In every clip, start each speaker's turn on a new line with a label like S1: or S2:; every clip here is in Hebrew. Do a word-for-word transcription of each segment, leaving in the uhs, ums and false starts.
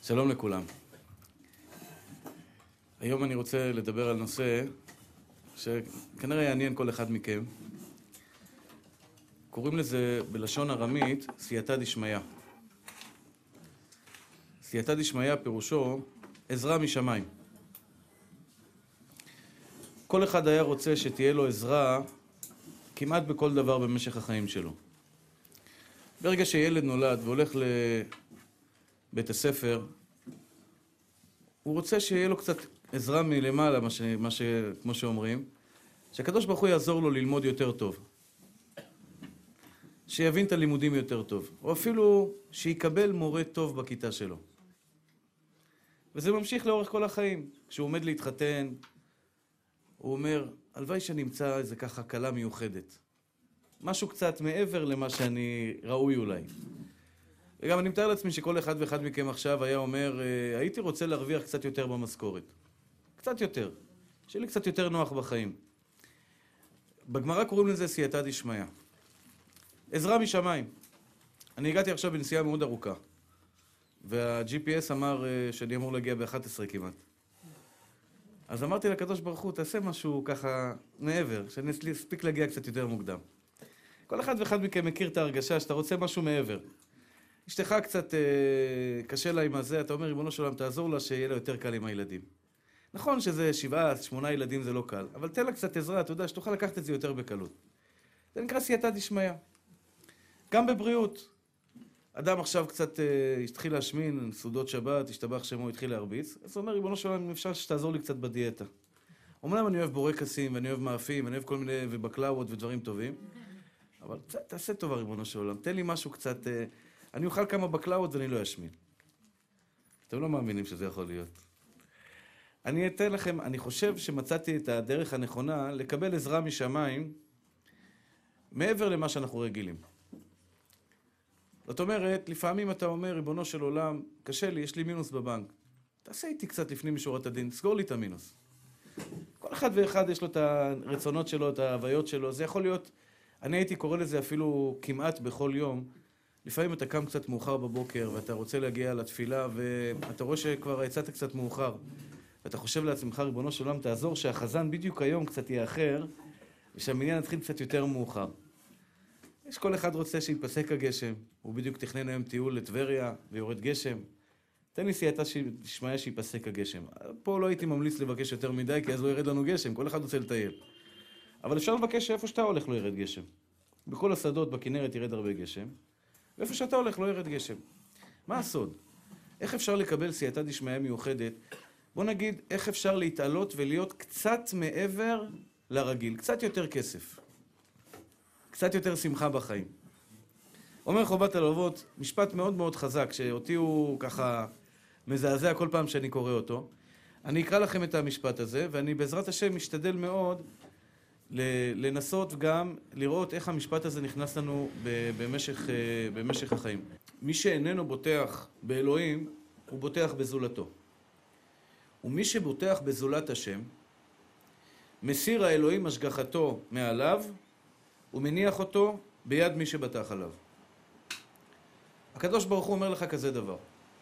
S1: שלום לכולם. היום אני רוצה לדבר על נושא שכנראה יעניין כל אחד מכם. קוראים לזה בלשון ארמית סייעתא דשמיא. סייעתא דשמיא פירושו עזרה משמיים. כל אחד היה רוצה שתהיה לו עזרה כמעט בכל דבר במשך החיים שלו. ברגע שילד נולד והולך לבית הספר, הוא רוצה שיהיה לו קצת עזרה מלמעלה, מה ש... מה ש... כמו שאומרים, שהקדוש ברוך הוא יעזור לו ללמוד יותר טוב. שיבין את הלימודים יותר טוב, או אפילו שיקבל מורה טוב בכיתה שלו. וזה ממשיך לאורך כל החיים. כשהוא עומד להתחתן, הוא אומר, הלוואי שנמצא איזה ככה קלה מיוחדת. משהו קצת מעבר למה שאני ראוי אולי. וגם אני מתאר לעצמי שכל אחד ואחד מכם עכשיו היה אומר, הייתי רוצה להרוויח קצת יותר במשכורת. קצת יותר. שיהיה לי קצת יותר נוח בחיים. בגמרא קוראים לזה סייעתא דשמיא. עזרה משמיים. אני הגעתי עכשיו בנסיעה מאוד ארוכה. וה-ג'י פי אס אמר שאני אמור להגיע ב-אחת עשרה כמעט. אז אמרתי לקדוש ברוך הוא, תעשה משהו ככה מעבר, שאני אספיק להגיע קצת יותר מוקדם. כל אחד ואחד מכם מכיר את ההרגשה שאתה רוצה משהו מעבר. אשתך קצת אה, קשה לה עם הזה, אתה אומר, ריבונו של עולם, תעזור לה שיהיה לה יותר קל עם הילדים. נכון שזה שבעה, שמונה ילדים זה לא קל, אבל תן לה קצת עזרה, אתה יודע, שתוכל לקחת את זה יותר בקלות. זה נקרא סייעתא דשמיא. גם בבריאות. אדם עכשיו קצת אה, התחיל להשמין, סעודות שבת, השתבח שמו, התחיל להרביץ, אז הוא אומר, ריבונו של עולם, אפשר שתעזור לי קצת בדיאטה. אומנם אני אוהב בורקסים, ואני אוהב מאפים, ואני אוהב כל מיני ובקלאות ודברים טובים, אבל תעשה טובה, ריבונו של עולם, תן לי משהו קצת... אה, אני אוכל כמה בקלאות ואני לא אשמין. אתם לא מאמינים שזה יכול להיות. אני אתן לכם, אני חושב שמצאתי את הדרך הנכונה לקבל עזרה משמיים מעבר למה שאנחנו רגילים. זאת אומרת, לפעמים אתה אומר, ריבונו של עולם, קשה לי, יש לי מינוס בבנק. תעשה איתי קצת לפנים משורת הדין, סגור לי את המינוס. כל אחד ואחד יש לו את הרצונות שלו, את ההוויות שלו. זה יכול להיות, אני הייתי קורא לזה אפילו כמעט בכל יום, לפעמים אתה קם קצת מאוחר בבוקר, ואתה רוצה להגיע לתפילה, ואתה רואה שכבר יצאת קצת מאוחר, ואתה חושב לעצמך, ריבונו של עולם, תעזור שהחזן בדיוק היום קצת יהיה אחר, ושהמניין יתחיל קצת יותר מאוחר. יש כל אחד רוצה שיפסק הגשם, הוא בדיוק תכנן היום טיול לטבריה, ויורד גשם. תן לי סייעתא דשמיא שיפסק הגשם. פה לא הייתי ממליץ לבקש יותר מדי, כי אז לא ירד לנו גשם, כל אחד רוצה לטייל. אבל אפשר לבקש שאיפה שאתה הולך לא ירד גשם. בכל השדות בכנרת ירד הרבה גשם, ואיפה שאתה הולך לא ירד גשם. מה הסוד? איך אפשר לקבל סייעתא דשמיא מיוחדת? בוא נגיד, איך אפשר להתעלות ולהיות קצת מעבר לרגיל, קצת יותר כסף. קצת יותר שמחה בחיים. אומר חובת הלבבות, משפט מאוד מאוד חזק, שאותי הוא ככה מזעזע כל פעם שאני קורא אותו. אני אקרא לכם את המשפט הזה, ואני בעזרת השם משתדל מאוד לנסות גם לראות איך המשפט הזה נכנס לנו במשך, במשך החיים. מי שאיננו בוטח באלוהים, הוא בוטח בזולתו. ומי שבוטח בזולת השם, מסיר האלוהים השגחתו מעליו, ומניח אותו ביד מי שבטח עליו. הקדוש ברוך הוא אומר לך כזה דבר.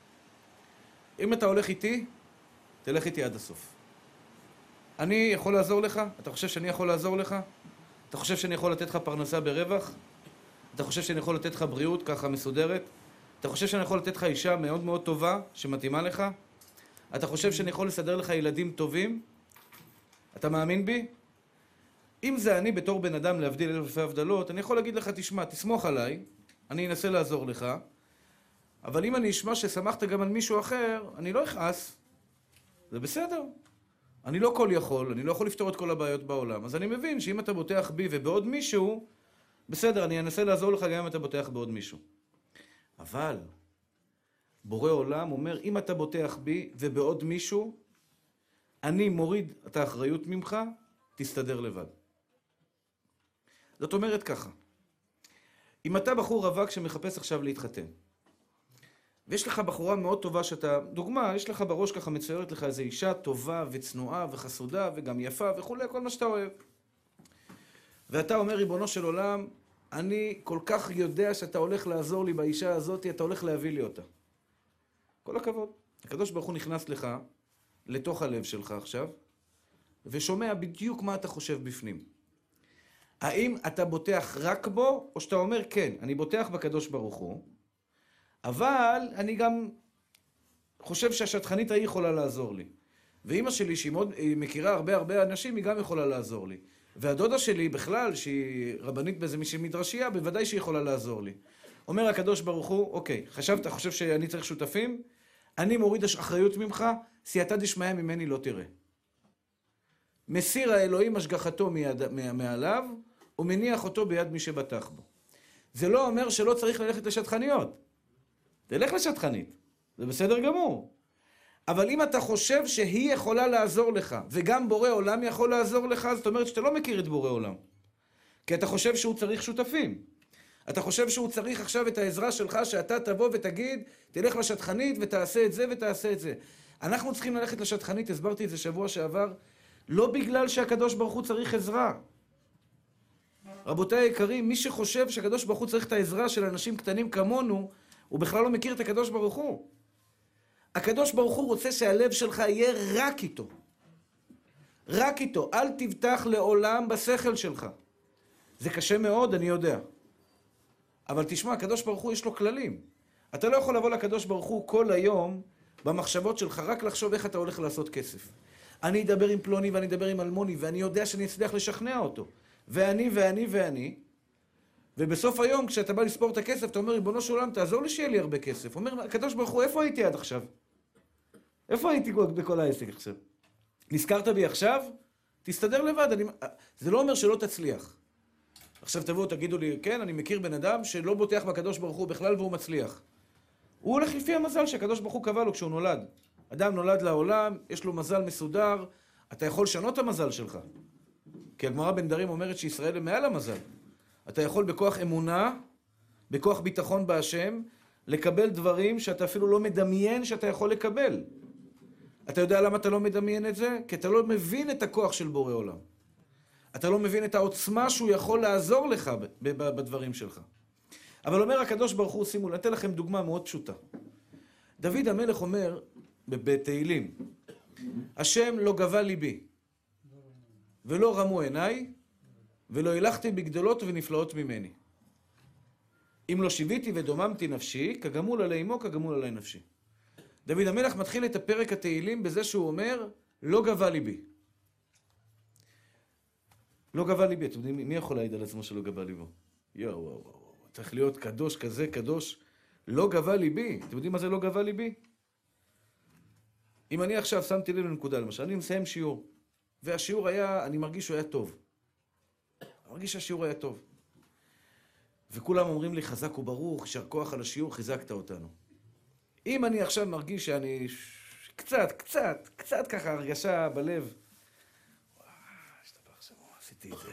S1: אם אתה הולך איתי, תלך איתי עד הסוף. אני יכול לעזור לך? אתה חושב שאני יכול לעזור לך? אתה חושב שאני יכול לתת לך פרנסה ברווח? אתה חושב שאני יכול לתת לך בריאות ככה מסודרת? אתה חושב שאני יכול לתת לך אישה מאוד מאוד טובה שמתאימה לך? אתה חושב שאני יכול לסדר לך ילדים טובים? אתה מאמין בי? אם זה אני בתור בן אדם להבדיל אלפי הבדלות, אני יכול להגיד לך, תשמע, תסמוך עליי, אני אנסה לעזור לך, אבל אם אני אשמע ששמחת גם על מישהו אחר, אני לא אכעס. זה בסדר. אני לא כל יכול, אני לא יכול לפתור את כל הבעיות בעולם, אז אני מבין שאם אתה בוטח בי ובעוד מישהו, בסדר, אני אנסה לעזור לך גם אם אתה בוטח בעוד מישהו. אבל בורא עולם אומר, אם אתה בוטח בי ובעוד מישהו, אני מוריד את האחריות ממך, תסתדר לבד. זאת אומרת ככה, אם אתה בחור רווק שמחפש עכשיו להתחתן, ויש לך בחורה מאוד טובה שאתה, דוגמה, יש לך בראש ככה מצוירת לך איזו אישה טובה וצנועה וחסודה וגם יפה וכו', כל מה שאתה אוהב. ואתה אומר, ריבונו של עולם, אני כל כך יודע שאתה הולך לעזור לי באישה הזאת, אתה הולך להביא לי אותה. כל הכבוד. הקדוש ברוך הוא נכנס לך, לתוך הלב שלך עכשיו, ושומע בדיוק מה אתה חושב בפנים. האם אתה בוטח רק בו, או שאתה אומר, כן, אני בוטח בקדוש ברוך הוא, אבל אני גם חושב שהשטחנית ההיא יכולה לעזור לי. ואמא שלי, שהיא מאוד, היא מכירה הרבה הרבה אנשים, היא גם יכולה לעזור לי. והדודה שלי בכלל, שהיא רבנית באיזה מישהי מדרשייה, בוודאי שהיא יכולה לעזור לי. אומר הקדוש ברוך הוא, אוקיי, חשבת, חושב שאני צריך שותפים? אני מוריד אחריות ממך, סייעתא דשמיא ממני לא תראה. מסיר האלוהים השגחתו מיד, מעליו, ומניח אותו ביד מי שבטח בו. זה לא אומר שלא צריך ללכת לשטחניות. תלך לשטחנית, זה בסדר גמור. אבל אם אתה חושב שהיא יכולה לעזור לך, וגם בורא עולם יכול לעזור לך, זאת אומרת שאתה לא מכיר את בורא עולם. כי אתה חושב שהוא צריך שותפים. אתה חושב שהוא צריך עכשיו את העזרה שלך, שאתה תבוא ותגיד, תלך לשטחנית ותעשה את זה ותעשה את זה. אנחנו צריכים ללכת לשטחנית, הסברתי את זה שבוע שעבר, לא בגלל שהקדוש ברוך הוא צריך עזרה. רבותיי היקרים, מי שחושב שהקדוש ברוך הוא צריך את העזרה של אנשים קטנים כמונו, הוא בכלל לא מכיר את הקדוש ברוך הוא. הקדוש ברוך הוא רוצה שהלב שלך יהיה רק איתו. רק איתו. אל תבטח לעולם בשכל שלך. זה קשה מאוד, אני יודע. אבל תשמע, הקדוש ברוך הוא יש לו כללים. אתה לא יכול לבוא לקדוש ברוך הוא כל היום במחשבות שלך, רק לחשוב איך אתה הולך לעשות כסף. אני אדבר עם פלוני ואני אדבר עם אלמוני, ואני יודע שאני אצליח לשכנע אותו. ואני ואני ואני. ובסוף היום, כשאתה בא לספור את הכסף, אתה אומר, ריבונו של עולם, תעזור לי שיהיה לי הרבה כסף. אומר, הקדוש ברוך הוא, איפה הייתי עד עכשיו? איפה הייתי בכל העסק עכשיו? נזכרת בי עכשיו? תסתדר לבד. אני... זה לא אומר שלא תצליח. עכשיו תבואו, תגידו לי, כן, אני מכיר בן אדם שלא בוטח בקדוש ברוך הוא בכלל והוא מצליח. הוא הולך לפי המזל שהקדוש ברוך הוא קבע לו כשהוא נולד. אדם נולד לעולם, יש לו מזל מסודר, אתה יכול לשנות את המזל שלך. כי הגמרא בנדרים אומרת שישראל הם מעל המזל. אתה יכול בכוח אמונה, בכוח ביטחון בהשם, לקבל דברים שאתה אפילו לא מדמיין שאתה יכול לקבל. אתה יודע למה אתה לא מדמיין את זה? כי אתה לא מבין את הכוח של בורא עולם. אתה לא מבין את העוצמה שהוא יכול לעזור לך בדברים שלך. אבל אומר הקדוש ברוך הוא, שימו, נתן לכם דוגמה מאוד פשוטה. דוד המלך אומר בתהילים, השם לא גבה ליבי, ולא רמו עיניי, ולא הלכתי בגדולות ונפלאות ממני. אם לא שיוויתי ודוממתי נפשי, כגמול עלי אמו, כגמול עלי נפשי. דוד המלך מתחיל את הפרק התהילים בזה שהוא אומר, לא גבה ליבי. לא גבה ליבי, אתם יודעים, מי יכול להעיד על עצמו שלא גבה ליבו? יואו, וואו, וואו, צריך להיות קדוש כזה, קדוש. לא גבה ליבי. אתם יודעים מה זה לא גבה ליבי? אם אני עכשיו שמתי לב לנקודה, למשל, אני מסיים שיעור, והשיעור היה, אני מרגיש שהוא היה טוב. אני מרגיש שהשיעור היה טוב. וכולם אומרים לי, חזק וברוך, יישר כוח על השיעור, חיזקת אותנו. אם אני עכשיו מרגיש שאני קצת, קצת, קצת ככה הרגשה בלב, וואו, השתבח שמו, עשיתי את זה.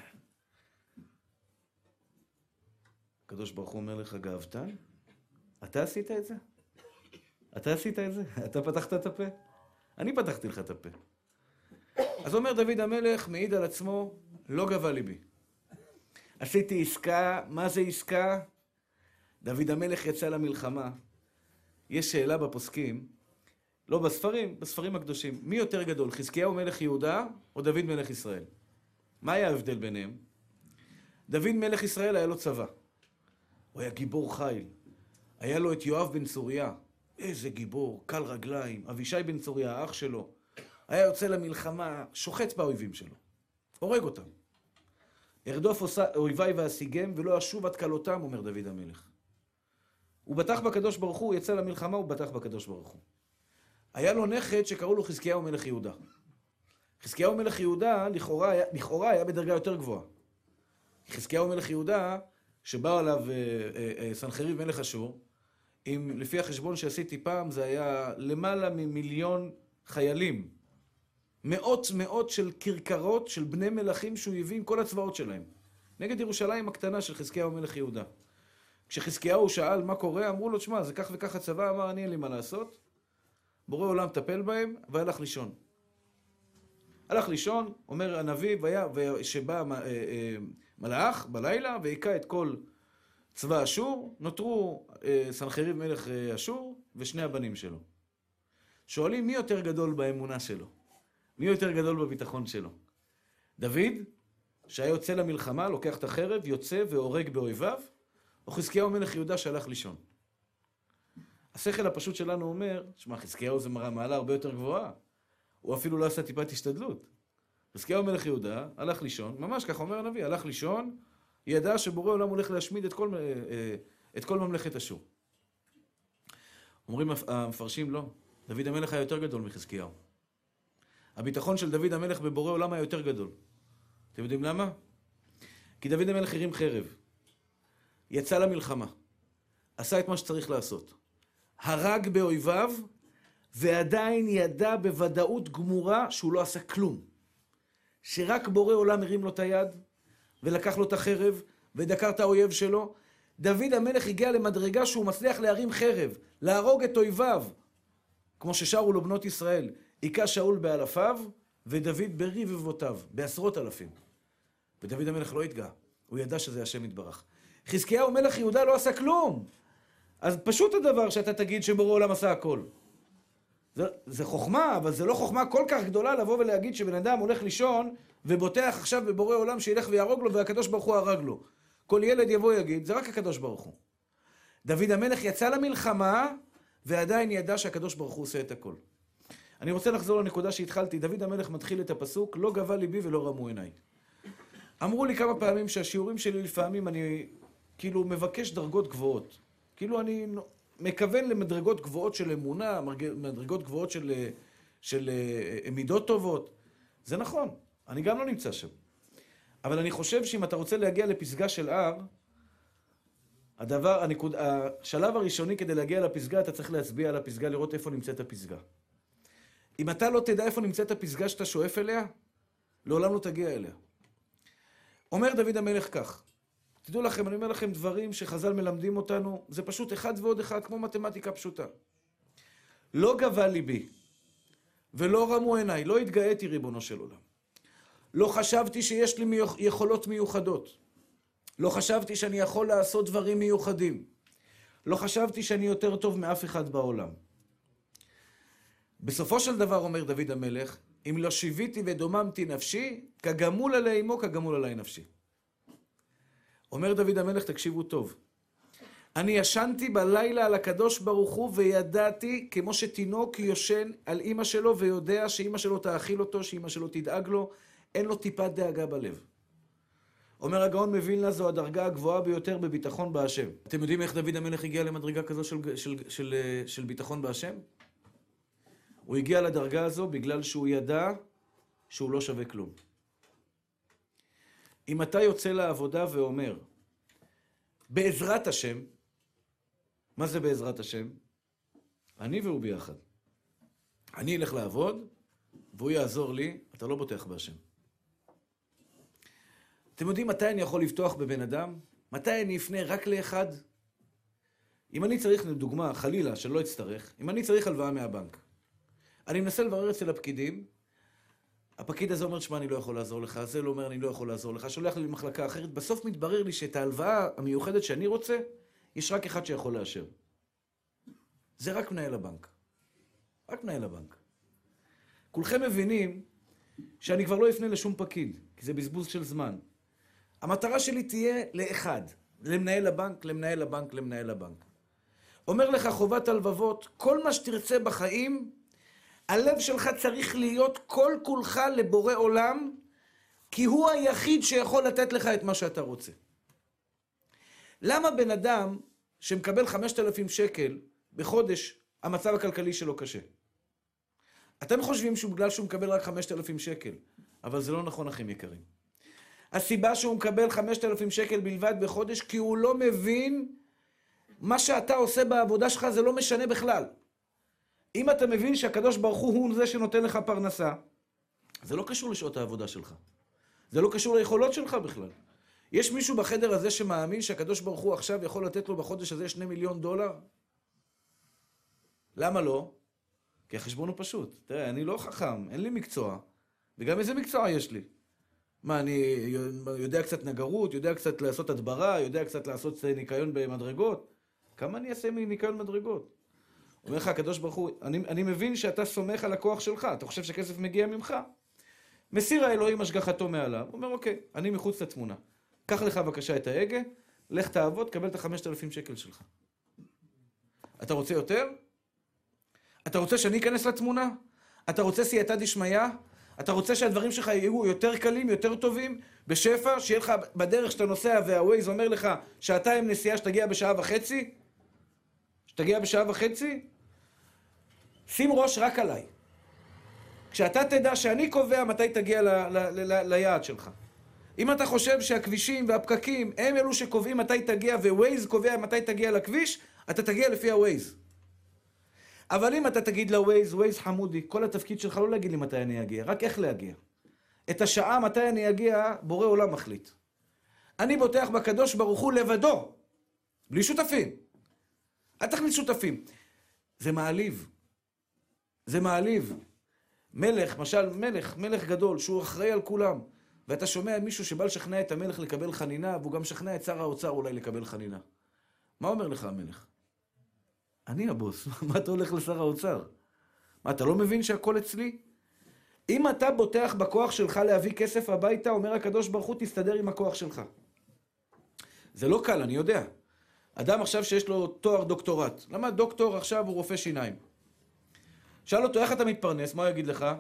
S1: הקדוש ברוך הוא אומר לך, גאוותן? אתה עשית את זה? אתה עשית את זה? אתה פתחת את הפה? אני פתחתי לך את הפה. אז אומר דוד המלך, מעיד על עצמו, לא גבה ליבי. עשיתי עסקה, מה זה עסקה? דוד המלך יצא למלחמה. יש שאלה בפוסקים, לא בספרים, בספרים הקדושים. מי יותר גדול, חזקיהו מלך יהודה או דוד מלך ישראל? מה היה ההבדל ביניהם? דוד מלך ישראל היה לו צבא. הוא היה גיבור חיל. היה לו את יואב בן צוריה. איזה גיבור, קל רגליים. אבישי בן צוריה, האח שלו. היה יוצא למלחמה, שוחט באויבים שלו. הורג אותם. ירדוף אויביי ואשיגם ולא אשוב עד כלותם, אומר דוד המלך. הוא בטח בקדוש ברוך הוא, הוא יצא למלחמה, הוא בטח בקדוש ברוך הוא. היה לו נכד שקראו לו חזקיהו מלך יהודה. חזקיהו מלך יהודה לכאורה, לכאורה היה בדרגה יותר גבוהה. חזקיהו מלך יהודה, שבא עליו סנחריב מלך אשור, עם, לפי החשבון שעשיתי פעם, זה היה למעלה ממיליון חיילים. מאות מאות של כרכרות של בני מלכים שהוא הביא עם כל הצבאות שלהם. נגד ירושלים הקטנה של חזקיהו מלך יהודה. כשחזקיהו שאל מה קורה, אמרו לו, תשמע, זה כך וכך הצבא, אמר, אני אין לי מה לעשות. בורא עולם טפל בהם, והלך לישון. הלך לישון, אומר הנביא, שבא מלאך בלילה, והיכה את כל צבא אשור, נותרו סנחריב מלך אשור ושני הבנים שלו. שואלים מי יותר גדול באמונה שלו? מי יותר גדול בביטחון שלו? דוד, שהיה יוצא למלחמה, לוקח את החרב, יוצא והורג באויביו, או חזקיהו מלך יהודה שהלך לישון? השכל הפשוט שלנו אומר, שמע, חזקיהו זה מעלה הרבה יותר גבוהה. הוא אפילו לא עשה טיפת השתדלות. חזקיהו מלך יהודה הלך לישון, ממש כך אומר הנביא, הלך לישון, ידע שבורא עולם הולך להשמיד את כל, את כל ממלכת אשור. אומרים המפרשים, לא. דוד המלך היה יותר גדול מחזקיהו. הביטחון של דוד המלך בבורא עולם היה יותר גדול. אתם יודעים למה? כי דוד המלך הרים חרב, יצא למלחמה, עשה את מה שצריך לעשות, הרג באויביו, ועדיין ידע בוודאות גמורה שהוא לא עשה כלום. שרק בורא עולם הרים לו את היד, ולקח לו את החרב, ודקר את האויב שלו. דוד המלך הגיע למדרגה שהוא מצליח להרים חרב, להרוג את אויביו, כמו ששרו לו בנות ישראל, היכה שאול באלפיו, ודוד ברבבותיו, בעשרות אלפים. ודוד המלך לא התגאה, הוא ידע שזה השם יתברך. חזקיהו מלך יהודה לא עשה כלום. אז פשוט הדבר שאתה תגיד שבורא עולם עשה הכל. זה, זה חוכמה, אבל זה לא חוכמה כל כך גדולה לבוא ולהגיד שבן אדם הולך לישון ובוטח עכשיו בבורא עולם שילך ויהרוג לו והקדוש ברוך הוא הרג לו. כל ילד יבוא יגיד, זה רק הקדוש ברוך הוא. דוד המלך יצא למלחמה ועדיין ידע שהקדוש ברוך הוא עושה את הכל. אני רוצה לחזור לנקודה שהתחלתי. דוד המלך מתחיל את הפסוק, לא גבה ליבי ולא רמו עיניי. אמרו לי כמה פעמים שהשיעורים שלי לפעמים אני כאילו מבקש דרגות גבוהות. כאילו אני מכוון למדרגות גבוהות של אמונה, מדרגות גבוהות של, של מידות טובות. זה נכון, אני גם לא נמצא שם. אבל אני חושב שאם אתה רוצה להגיע לפסגה של הר, הדבר, הנקוד, השלב הראשוני כדי להגיע לפסגה, אתה צריך להצביע על הפסגה, לראות איפה נמצאת הפסגה. אם אתה לא תדע איפה נמצאת הפסגה שאתה שואף אליה, לעולם לא תגיע אליה. אומר דוד המלך כך, תדעו לכם, אני אומר לכם דברים שחז"ל מלמדים אותנו, זה פשוט אחד ועוד אחד, כמו מתמטיקה פשוטה. לא גבה ליבי, ולא רמו עיניי, לא התגאיתי ריבונו של עולם. לא חשבתי שיש לי יכולות מיוחדות. לא חשבתי שאני יכול לעשות דברים מיוחדים. לא חשבתי שאני יותר טוב מאף אחד בעולם. בסופו של דבר אומר דוד המלך, אם לא שיוויתי ודוממתי נפשי, כגמול עלי אמו, כגמול עלי נפשי. אומר דוד המלך, תקשיבו טוב. אני ישנתי בלילה על הקדוש ברוך הוא וידעתי כמו שתינוק יושן על אמא שלו ויודע שאמא שלו תאכיל אותו, שאמא שלו תדאג לו, אין לו טיפת דאגה בלב. אומר הגאון מווילנה, זו הדרגה הגבוהה ביותר בביטחון בהשם. אתם יודעים איך דוד המלך הגיע למדרגה כזו של, של, של, של ביטחון בהשם? הוא הגיע לדרגה הזו בגלל שהוא ידע שהוא לא שווה כלום. אם אתה יוצא לעבודה ואומר, בעזרת השם, מה זה בעזרת השם? אני והוא ביחד. אני אלך לעבוד, והוא יעזור לי, אתה לא בוטח בהשם. אתם יודעים מתי אני יכול לפתוח בבן אדם? מתי אני אפנה רק לאחד? אם אני צריך, לדוגמה, חלילה, שלא אצטרך, אם אני צריך הלוואה מהבנק, אני מנסה לברר אצל הפקידים, הפקיד הזה אומר, שמה, אני לא יכול לעזור לך, זה לא אומר, אני לא יכול לעזור לך, שולח לי למחלקה אחרת, בסוף מתברר לי שאת ההלוואה המיוחדת שאני רוצה, יש רק אחד שיכול לאשר. זה רק מנהל הבנק. רק מנהל הבנק. כולכם מבינים שאני כבר לא אפנה לשום פקיד, כי זה בזבוז של זמן. המטרה שלי תהיה לאחד, למנהל הבנק, למנהל הבנק, למנהל הבנק. אומר לך חובת הלבבות, כל מה שתרצה בחיים, הלב שלך צריך להיות כל כולך לבורא עולם, כי הוא היחיד שיכול לתת לך את מה שאתה רוצה. למה בן אדם שמקבל חמשת אלפים שקל בחודש, המצב הכלכלי שלו קשה? אתם חושבים שהוא בגלל שהוא מקבל רק חמשת אלפים שקל, אבל זה לא נכון, אחים יקרים. הסיבה שהוא מקבל חמשת אלפים שקל בלבד בחודש, כי הוא לא מבין מה שאתה עושה בעבודה שלך, זה לא משנה בכלל. אם אתה מבין שהקדוש ברוך הוא הוא זה שנותן לך פרנסה, זה לא קשור לשעות העבודה שלך. זה לא קשור ליכולות שלך בכלל. יש מישהו בחדר הזה שמאמין שהקדוש ברוך הוא עכשיו יכול לתת לו בחודש הזה שני מיליון דולר? למה לא? כי החשבון הוא פשוט. תראה, אני לא חכם, אין לי מקצוע. וגם איזה מקצוע יש לי? מה, אני יודע קצת נגרות, יודע קצת לעשות הדברה, יודע קצת לעשות ניקיון במדרגות? כמה אני אעשה מניקיון מדרגות? אומר לך הקדוש ברוך הוא, אני, אני מבין שאתה סומך על הכוח שלך, אתה חושב שכסף מגיע ממך. מסיר האלוהים השגחתו מעליו, הוא אומר, אוקיי, אני מחוץ לתמונה. קח לך בבקשה את ההגה, לך תעבוד, קבל את החמשת אלפים שקל שלך. אתה רוצה יותר? אתה רוצה שאני אכנס לתמונה? אתה רוצה סייעתא דשמיא? אתה רוצה שהדברים שלך יהיו יותר קלים, יותר טובים, בשפע, שיהיה לך בדרך שאתה נוסע והווייז אומר לך שעתיים נסיעה שתגיע בשעה וחצי? שתגיע בשעה וחצי? שים ראש רק עליי. כשאתה תדע שאני קובע מתי תגיע ל- ל- ל- ליעד שלך. אם אתה חושב שהכבישים והפקקים הם אלו שקובעים מתי תגיע ווייז קובע מתי תגיע לכביש, אתה תגיע לפי הווייז. אבל אם אתה תגיד לווייז, ווייז חמודי, כל התפקיד שלך לא להגיד לי מתי אני אגיע, רק איך להגיע. את השעה מתי אני אגיע, בורא עולם מחליט. אני בוטח בקדוש ברוך הוא לבדו, בלי שותפים. אל תכניס שותפים. זה מעליב. זה מעליב. מלך, משל מלך, מלך גדול, שהוא אחראי על כולם. ואתה שומע מישהו שבא לשכנע את המלך לקבל חנינה, והוא גם משכנע את שר האוצר אולי לקבל חנינה. מה אומר לך המלך? אני הבוס, מה אתה הולך לשר האוצר? מה, אתה לא מבין שהכל אצלי? אם אתה בוטח בכוח שלך להביא כסף הביתה, אומר הקדוש ברוך הוא, תסתדר עם הכוח שלך. זה לא קל, אני יודע. אדם עכשיו שיש לו תואר דוקטורט. למה דוקטור עכשיו הוא רופא שיניים? שאל אותו, איך אתה מתפרנס? מה הוא יגיד לך?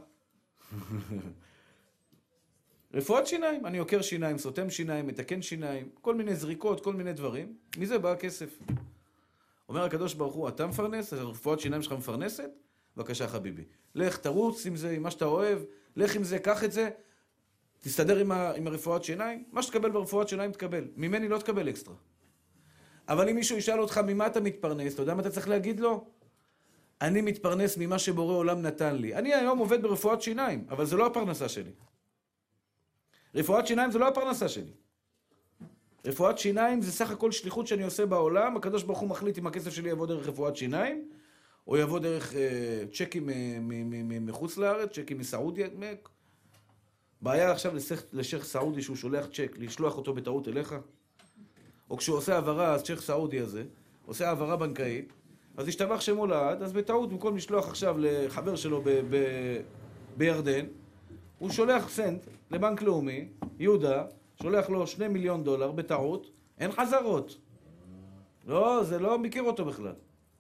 S1: רפואת שיניים. אני עוקר שיניים, סותם שיניים, מתקן שיניים, כל מיני זריקות, כל מיני דברים. מזה בא הכסף. אומר הקדוש ברוך הוא, אתה מפרנס? הרפואת שיניים שלך מפרנסת? בבקשה חביבי. לך, תרוץ עם זה, עם מה שאתה אוהב, לך עם זה, קח את זה, תסתדר עם, ה, עם הרפואת שיניים, מה שתקבל ברפואת שיניים תקבל. ממני לא תקבל אקסטרה. אבל אם מישהו ישאל אותך ממה אתה מתפרנס, אתה יודע מה אתה צריך להגיד לו? אני מתפרנס ממה שבורא עולם נתן לי. אני היום עובד ברפואת שיניים, אבל זה לא הפרנסה שלי. רפואת שיניים זה לא הפרנסה שלי. רפואת שיניים זה סך הכל שליחות שאני עושה בעולם, הקדוש ברוך הוא מחליט אם הכסף שלי יבוא דרך רפואת שיניים, או יבוא דרך אה, צ'קים מחוץ לארץ, צ'קים מסעודיה. בעיה עכשיו לשייך סעודי שהוא שולח צ'ק, לשלוח אותו בטעות אליך, או כשהוא עושה העברה, אז שייך סעודי הזה, עושה העברה בנקאית, אז ישתבח שמו לעד, אז בטעות במקום לשלוח עכשיו לחבר שלו ב- ב- בירדן, הוא שולח סנט לבנק לאומי, יהודה, שולח לו שני מיליון דולר בטעות, אין חזרות. לא, זה לא מכיר אותו בכלל.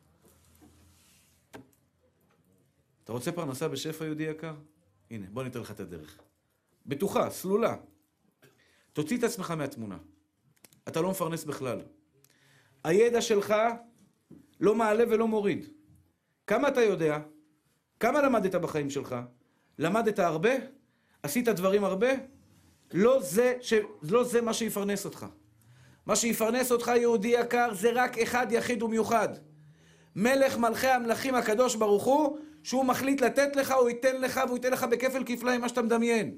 S1: אתה רוצה פרנסה בשפע יהודי יקר? הנה, בוא ניתן לך את הדרך. בטוחה, סלולה. תוציא את עצמך מהתמונה. אתה לא מפרנס בכלל. הידע שלך לא מעלה ולא מוריד. כמה אתה יודע? כמה למדת בחיים שלך? למדת הרבה? עשית דברים הרבה? לא זה, ש... לא זה מה שיפרנס אותך. מה שיפרנס אותך, יהודי יקר, זה רק אחד יחיד ומיוחד. מלך מלכי המלכים הקדוש ברוך הוא, שהוא מחליט לתת לך, הוא ייתן לך, והוא ייתן לך בכפל כפליים מה שאתה מדמיין.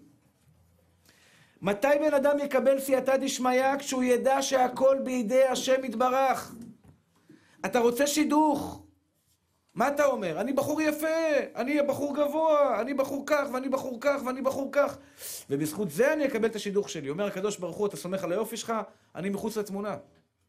S1: מתי בן אדם יקבל סייעתא דשמיא? כשהוא ידע שהכל בידי השם יתברך. אתה רוצה שידוך? מה אתה אומר? אני בחור יפה, אני בחור גבוה, אני בחור כך, ואני בחור כך, ואני בחור כך. ובזכות זה אני אקבל את השידוך שלי. אומר הקדוש ברוך הוא, אתה סומך על היופי שלך, אני מחוץ לתמונה.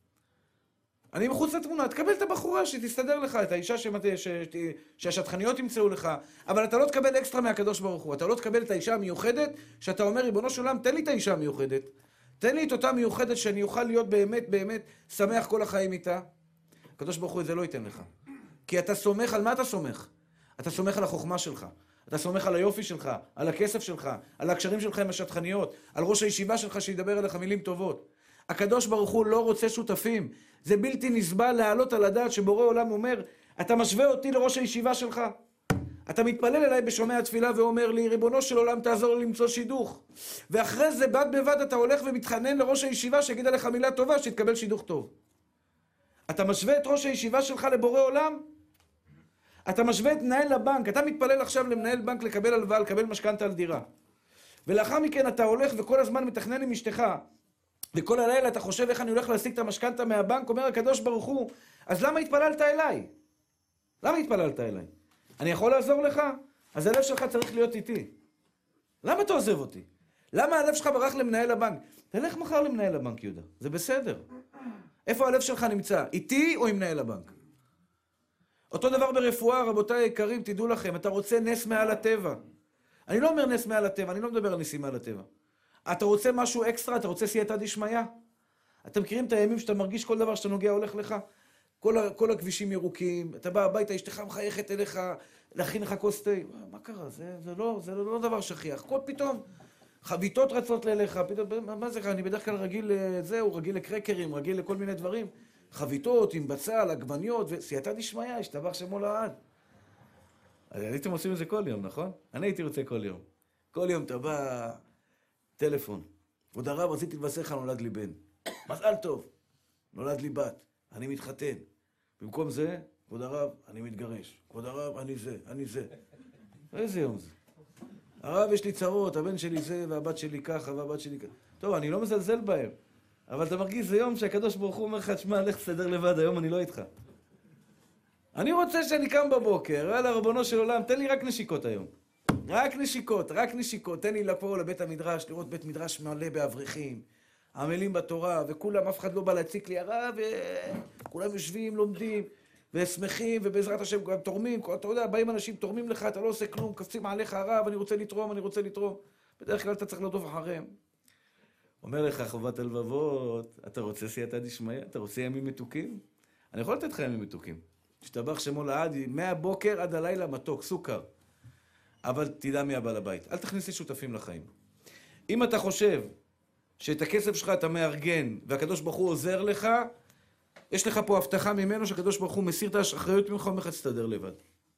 S1: אני מחוץ לתמונה, תקבל את הבחורה שתסתדר לך, את האישה שמת... ש... שהשטחניות ימצאו לך, אבל אתה לא תקבל אקסטרה מהקדוש ברוך הוא, אתה לא תקבל את האישה המיוחדת, שאתה אומר, ריבונו של עולם, תן לי את האישה המיוחדת, תן לי את אותה מיוחדת שאני אוכל להיות באמת, באמת, שמח כל החיים איתה. הקדוש ברוך הוא את זה לא ייתן לך. כי אתה סומך, על מה אתה סומך? אתה סומך על החוכמה שלך, אתה סומך על היופי שלך, על הכסף שלך, על הקשרים שלך עם השטחניות, על ראש הישיבה שלך שידבר אליך מילים טובות. הקדוש ברוך הוא לא רוצה שותפים. זה בלתי נסבל להעלות על הדעת שבורא עולם אומר, אתה משווה אותי לראש הישיבה שלך. אתה מתפלל אליי בשומע התפילה ואומר לי, ריבונו של עולם תעזור לי למצוא שידוך. ואחרי זה בד בבד אתה הולך ומתחנן לראש הישיבה שיגיד עליך מילה טובה, שתקבל שידוך טוב. אתה משווה את ראש הישיבה שלך לבורא עולם? אתה משווה את מנהל הבנק, אתה מתפלל עכשיו למנהל בנק לקבל הלוואה, לקבל משכנתה על דירה. ולאחר מכן אתה הולך וכל הזמן מתכנן עם אשתך. וכל הלילה אתה חושב איך אני הולך להשיג את המשכנתה מהבנק, אומר הקדוש ברוך הוא, אז למה התפללת אליי? למה התפללת אליי? אני יכול לעזור לך? אז הלב שלך צריך להיות איתי. למה אתה עוזב אותי? למה הלב שלך ברח למנהל הבנק? תלך מחר למנהל הבנק, יהודה. זה בסדר. איפה הלב שלך נמצא? איתי או עם מנהל הבנק? אותו דבר ברפואה, רבותיי היקרים, תדעו לכם, אתה רוצה נס מעל הטבע. אני לא אומר נס מעל הטבע, אני לא מדבר על ניסים מעל הטבע. אתה רוצה משהו אקסטרה, אתה רוצה סייעתא דשמיא? אתם מכירים את הימים שאתה מרגיש כל דבר שאתה נוגע הולך לך? כל, ה, כל הכבישים ירוקים, אתה בא הביתה, אשתך מחייכת אליך, להכין לך כוס תה. מה קרה? זה, זה, לא, זה לא דבר שכיח. כל פתאום, חביתות רצות לאליך, פתאום, מה, מה זה? אני בדרך כלל רגיל לזהו, רגיל לקרקרים, רגיל לכל מיני דברים. חביתות עם בצל, עגבניות, וסייעתא דשמיא, השתבח שמו לעד. הייתם עושים את זה כל יום, נכון? אני הייתי רוצה כל יום. כל יום אתה בא, טלפון. כבוד הרב, רציתי לבשר לך, נולד לי בן. מזל טוב, נולד לי בת, אני מתחתן. במקום זה, כבוד הרב, אני מתגרש. כבוד הרב, אני זה, אני זה. איזה יום זה? הרב, יש לי צרות, הבן שלי זה, והבת שלי ככה, והבת שלי ככה. טוב, אני לא מזלזל בהם. אבל אתה מרגיש, זה יום שהקדוש ברוך הוא אומר לך, תשמע, לך תסדר לבד, היום אני לא איתך. אני רוצה שאני קם בבוקר, יאללה, רבונו של עולם, תן לי רק נשיקות היום. רק נשיקות, רק נשיקות. תן לי לפה לבית המדרש, לראות בית מדרש מלא באברכים, עמלים בתורה, וכולם, אף אחד לא בא להציק לי, הרב, וכולם יושבים, לומדים, ושמחים, ובעזרת השם גם תורמים, אתה יודע, באים אנשים, תורמים לך, אתה לא עושה כלום, קפצים עליך, הרב, אני רוצה לתרום, אני רוצה לתרום. בדרך כלל אתה צריך לרדוף אחריהם. אומר לך, חובת הלבבות, אתה רוצה סייעתא דשמיא? אתה רוצה ימים מתוקים? אני יכול לתת לך ימים מתוקים. השתבח שמו לעד, מהבוקר עד הלילה מתוק, סוכר. אבל תדע מי הבעל הבית. אל תכניס לי שותפים לחיים. אם אתה חושב שאת הכסף שלך אתה מארגן, והקדוש ברוך הוא עוזר לך, יש לך פה הבטחה ממנו שהקדוש ברוך הוא מסיר את האחריות ממך ומך תסתדר לבד.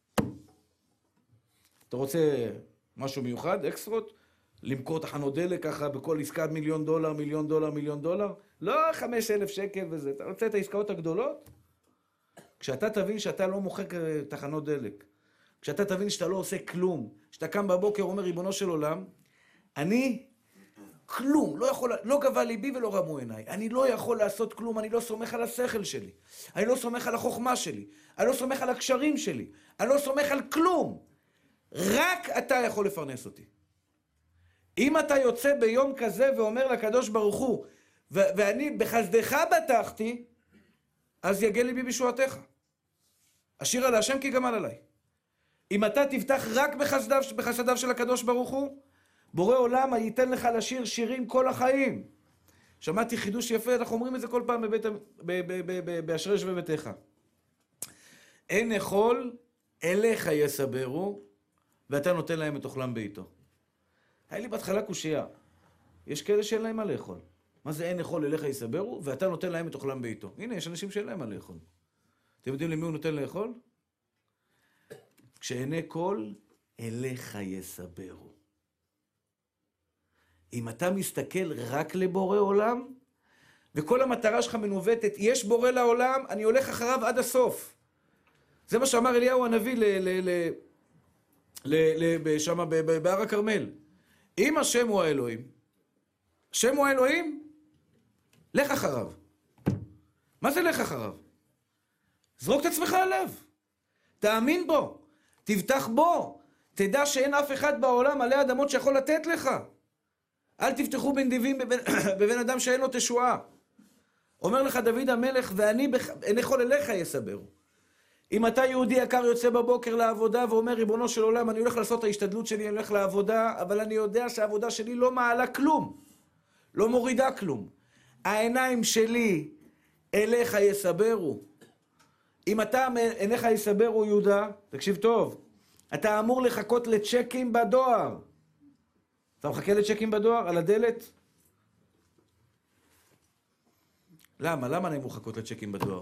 S1: אתה רוצה משהו מיוחד, אקסטרות? למכור תחנות דלק ככה בכל עסקה מיליון דולר, מיליון דולר, מיליון דולר? לא חמש אלף שקל וזה. אתה רוצה את העסקאות הגדולות? כשאתה תבין שאתה לא מוכר תחנות דלק, כשאתה תבין שאתה לא עושה כלום, שאתה קם בבוקר אומר ריבונו של עולם, אני כלום, לא יכול, לא גבה ליבי ולא רמו עיניי, אני לא יכול לעשות כלום, אני לא סומך על השכל שלי, אני לא סומך על החוכמה שלי, אני לא סומך על הקשרים שלי, אני לא סומך על כלום, רק אתה יכול לפרנס אותי. אם אתה יוצא ביום כזה ואומר לקדוש ברוך הוא, ו- ואני בחסדך בטחתי, אז יגל ליבי בישועתך. אשיר על השם כי גמל עליי. אם אתה תפתח רק בחסדיו, בחסדיו של הקדוש ברוך הוא, בורא עולם ייתן לך לשיר שירים כל החיים. שמעתי חידוש יפה, אנחנו אומרים את זה כל פעם בבית, ב- ב- ב- ב- באשרי שווה ביתך. אין אכול, אליך יסברו, ואתה נותן להם את אוכלם ביתו. היה לי בהתחלה קושייה. יש כאלה שאין להם מה לאכול. מה זה אין אכול, אליך יסברו, ואתה נותן להם את אוכלם ביתו. הנה, יש אנשים שאין להם מה לאכול. אתם יודעים למי הוא נותן לאכול? כשעיני כל, אליך יסברו. אם אתה מסתכל רק לבורא עולם, וכל המטרה שלך מנווטת, יש בורא לעולם, אני הולך אחריו עד הסוף. זה מה שאמר אליהו הנביא ל... ל... ל... ל... ל... שמה בהר הכרמל. אם השם הוא האלוהים, השם הוא האלוהים, לך אחריו. מה זה לך אחריו? זרוק את עצמך עליו. תאמין בו. תבטח בו. תדע שאין אף אחד בעולם עלי אדמות שיכול לתת לך. אל תפתחו בנדיבים בבן, בבן אדם שאין לו תשועה. אומר לך דוד המלך, ואני בח... אין יכול אליך יסברו. אם אתה יהודי יקר יוצא בבוקר לעבודה ואומר, ריבונו של עולם, אני הולך לעשות את ההשתדלות שלי, אני הולך לעבודה, אבל אני יודע שהעבודה שלי לא מעלה כלום. לא מורידה כלום. העיניים שלי אליך יסברו. אם אתה עיניך יסברו, יהודה, תקשיב טוב, אתה אמור לחכות לצ'קים בדואר. אתה מחכה לצ'קים בדואר על הדלת? למה? למה אני אמור לחכות לצ'קים בדואר?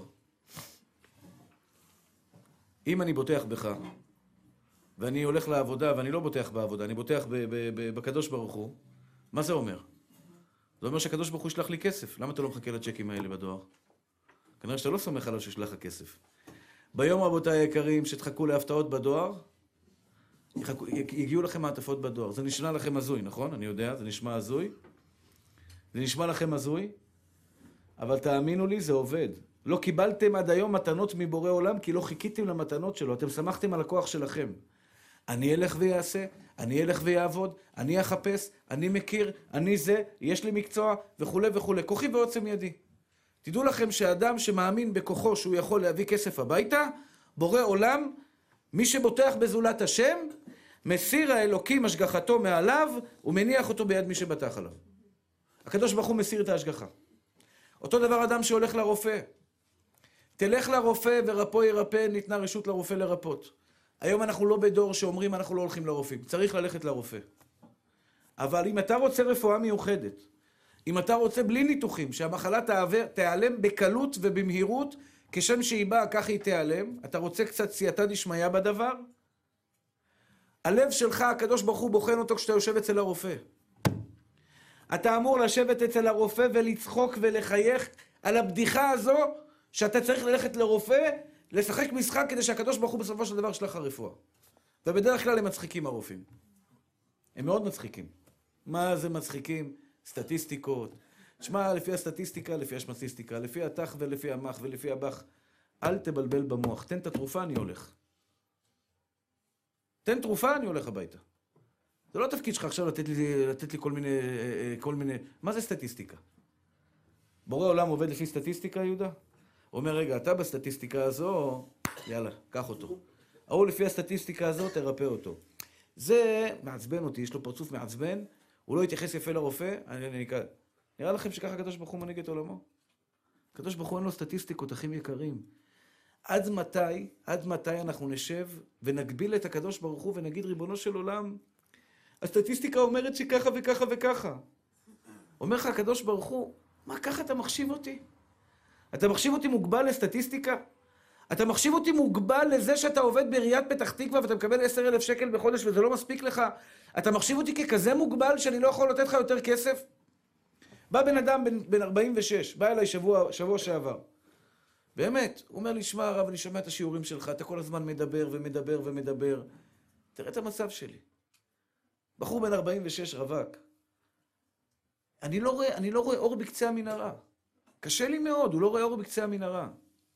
S1: אם אני בוטח בך, ואני הולך לעבודה, ואני לא בוטח בעבודה, אני בוטח ב- ב- ב- בקדוש ברוך הוא, מה זה אומר? זה אומר שהקדוש ברוך הוא ישלח לי כסף. למה אתה לא מחכה לצ'קים האלה בדואר? כנראה שאתה לא סומך עליו שישלח לך כסף. ביום רבותיי היקרים, שתחכו להפתעות בדואר, יחכו, יגיעו לכם מעטפות בדואר. זה נשמע לכם הזוי, נכון? אני יודע, זה נשמע הזוי. זה נשמע לכם הזוי, אבל תאמינו לי, זה עובד. לא קיבלתם עד היום מתנות מבורא עולם, כי לא חיכיתם למתנות שלו. אתם שמחתם על הכוח שלכם. אני אלך ויעשה, אני אלך ויעבוד, אני אחפש, אני מכיר, אני זה, יש לי מקצוע, וכו' וכו'. כוחי ועוצם ידי. תדעו לכם שאדם שמאמין בכוחו שהוא יכול להביא כסף הביתה, בורא עולם, מי שבוטח בזולת השם, מסיר האלוקים השגחתו מעליו, ומניח אותו ביד מי שבטח עליו. הקדוש ברוך הוא מסיר את ההשגחה. אותו דבר אדם שהולך לרופא. תלך לרופא ורפו ירפא, ניתנה רשות לרופא לרפות. היום אנחנו לא בדור שאומרים אנחנו לא הולכים לרופאים. צריך ללכת לרופא. אבל אם אתה רוצה רפואה מיוחדת, אם אתה רוצה בלי ניתוחים, שהמחלה תעבר, תיעלם בקלות ובמהירות, כשם שהיא באה, כך היא תיעלם, אתה רוצה קצת סייעתא דשמיא בדבר? הלב שלך, הקדוש ברוך הוא בוחן אותו כשאתה יושב אצל הרופא. אתה אמור לשבת אצל הרופא ולצחוק ולחייך על הבדיחה הזו, שאתה צריך ללכת לרופא, לשחק משחק כדי שהקדוש ברוך הוא בסופו של דבר שלח הרפואה. ובדרך כלל הם מצחיקים הרופאים. הם מאוד מצחיקים. מה זה מצחיקים? סטטיסטיקות. תשמע, לפי הסטטיסטיקה, לפי השמסיסטיקה, לפי התח ולפי המח ולפי הבח, אל תבלבל במוח. תן את התרופה, אני הולך. תן תרופה, אני הולך הביתה. זה לא התפקיד שלך עכשיו לתת לי, לתת לי כל מיני, כל מיני... מה זה סטטיסטיקה? בורא עולם עובד לפי סטטיסטיקה, יהודה? הוא אומר, רגע, אתה בסטטיסטיקה הזו, יאללה, קח אותו. ההוא לפי הסטטיסטיקה הזו, תרפא אותו. זה מעצבן אותי, יש לו פרצוף מעצבן, הוא לא יתייחס יפה לרופא, אני, אני, אני, נראה לכם שככה הקדוש ברוך הוא מנהיג את עולמו? הקדוש ברוך הוא אין לו סטטיסטיקות, אחים יקרים. עד מתי, עד מתי אנחנו נשב ונגביל את הקדוש ברוך הוא ונגיד, ריבונו של עולם, הסטטיסטיקה אומרת שככה וככה וככה. אומר לך הקדוש ברוך הוא, מה ככה אתה מחשיב אותי? אתה מחשיב אותי מוגבל לסטטיסטיקה? אתה מחשיב אותי מוגבל לזה שאתה עובד בעיריית פתח תקווה ואתה מקבל עשרת אלפים שקל בחודש וזה לא מספיק לך? אתה מחשיב אותי ככזה מוגבל שאני לא יכול לתת לך יותר כסף? בא בן אדם בן, בן ארבעים ושש, בא אליי שבוע, שבוע שעבר. באמת, הוא אומר לי, שמע הרב, אני שומע את השיעורים שלך, אתה כל הזמן מדבר ומדבר ומדבר. תראה את המצב שלי. בחור בן ארבעים ושש רווק. אני לא רואה, אני לא רואה אור בקצה המנהרה. קשה לי מאוד, הוא לא רואה אור בקצה המנהרה.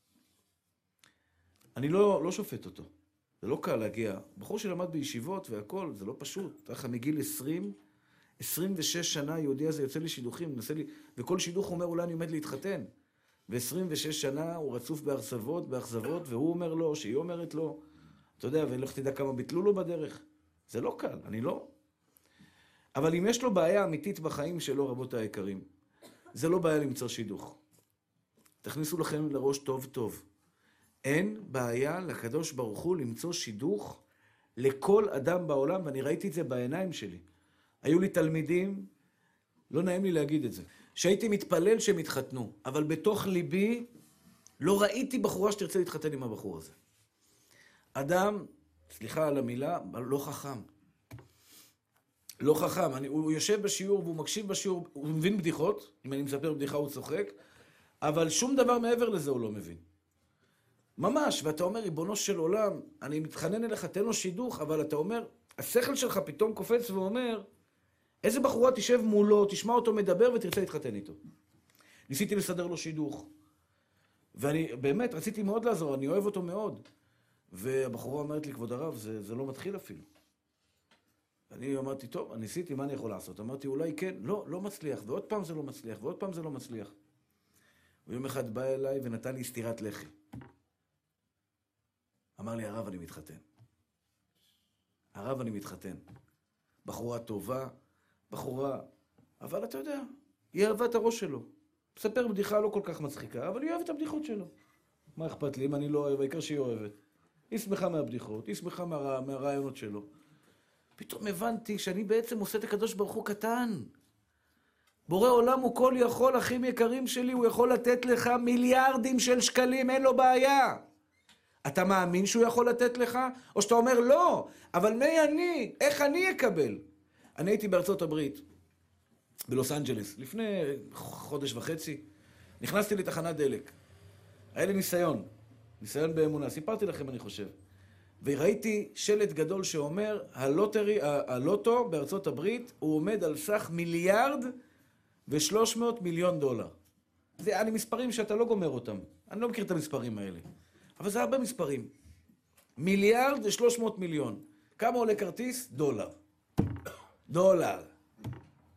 S1: אני לא, לא שופט אותו. זה לא קל להגיע. בחור שלמד בישיבות והכל, זה לא פשוט. ככה מגיל עשרים, עשרים ושש שנה יהודי הזה יוצא לי שידוכים, מנסה לי, וכל שידוך אומר אולי אני עומד להתחתן. ו-עשרים ושש שנה הוא רצוף באכזבות, באכזבות, והוא אומר לו, שהיא אומרת לו, אתה יודע, ולך תדע כמה ביטלו לו בדרך. זה לא קל, אני לא. אבל אם יש לו בעיה אמיתית בחיים שלו, רבות היקרים, זה לא בעיה למצוא שידוך. תכניסו לכם לראש טוב טוב. אין בעיה לקדוש ברוך הוא למצוא שידוך לכל אדם בעולם, ואני ראיתי את זה בעיניים שלי. היו לי תלמידים, לא נעים לי להגיד את זה, שהייתי מתפלל שהם התחתנו, אבל בתוך ליבי לא ראיתי בחורה שתרצה להתחתן עם הבחור הזה. אדם, סליחה על המילה, לא חכם. לא חכם. אני, הוא יושב בשיעור והוא מקשיב בשיעור, הוא מבין בדיחות, אם אני מספר בדיחה הוא צוחק, אבל שום דבר מעבר לזה הוא לא מבין. ממש, ואתה אומר, ריבונו של עולם, אני מתחנן אליך, תן לו שידוך, אבל אתה אומר, השכל שלך פתאום קופץ ואומר, איזה בחורה תשב מולו, תשמע אותו מדבר ותרצה להתחתן איתו. ניסיתי לסדר לו שידוך. ואני באמת רציתי מאוד לעזור, אני אוהב אותו מאוד. והבחורה אומרת לי, כבוד הרב, זה, זה לא מתחיל אפילו. אני אמרתי, טוב, אני ניסיתי, מה אני יכול לעשות? אמרתי, אולי כן, לא, לא מצליח, ועוד פעם זה לא מצליח, ועוד פעם זה לא מצליח. ויום אחד בא אליי ונתן לי סטירת לחי. אמר לי, הרב, אני מתחתן. הרב, אני מתחתן. בחורה טובה, בחורה, אבל אתה יודע, היא אהבה את הראש שלו. מספר בדיחה לא כל כך מצחיקה, אבל היא אוהבת את הבדיחות שלו. מה אכפת לי אם אני לא אוהב, העיקר שהיא אוהבת. היא שמחה מהבדיחות, היא שמחה מה, מהרעיונות שלו. פתאום הבנתי שאני בעצם עושה את הקדוש ברוך הוא קטן. בורא עולם הוא כל יכול, אחים יקרים שלי, הוא יכול לתת לך מיליארדים של שקלים, אין לו בעיה. אתה מאמין שהוא יכול לתת לך? או שאתה אומר לא, אבל מי אני? איך אני אקבל? אני הייתי בארצות הברית, בלוס אנג'לס, לפני חודש וחצי, נכנסתי לתחנת דלק. היה לי ניסיון, ניסיון באמונה, סיפרתי לכם אני חושב. וראיתי שלט גדול שאומר, הלוטרי, הלוטו בארצות הברית, הוא עומד על סך מיליארד ושלוש מאות מיליון דולר. זה אני מספרים שאתה לא גומר אותם. אני לא מכיר את המספרים האלה. אבל זה הרבה מספרים. מיליארד ושלוש מאות מיליון. כמה עולה כרטיס? דולר. דולר.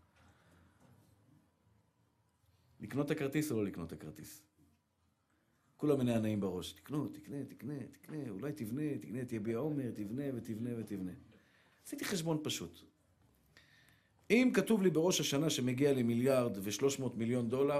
S1: לקנות את הכרטיס או לא לקנות את הכרטיס? כולם מנענעים בראש. תקנו, תקנה, תקנה, תקנה, אולי תבנה, תקנה, תביע עומר, תבנה ותבנה ותבנה. עשיתי חשבון פשוט. אם כתוב לי בראש השנה שמגיע לי מיליארד ושלוש מאות מיליון דולר,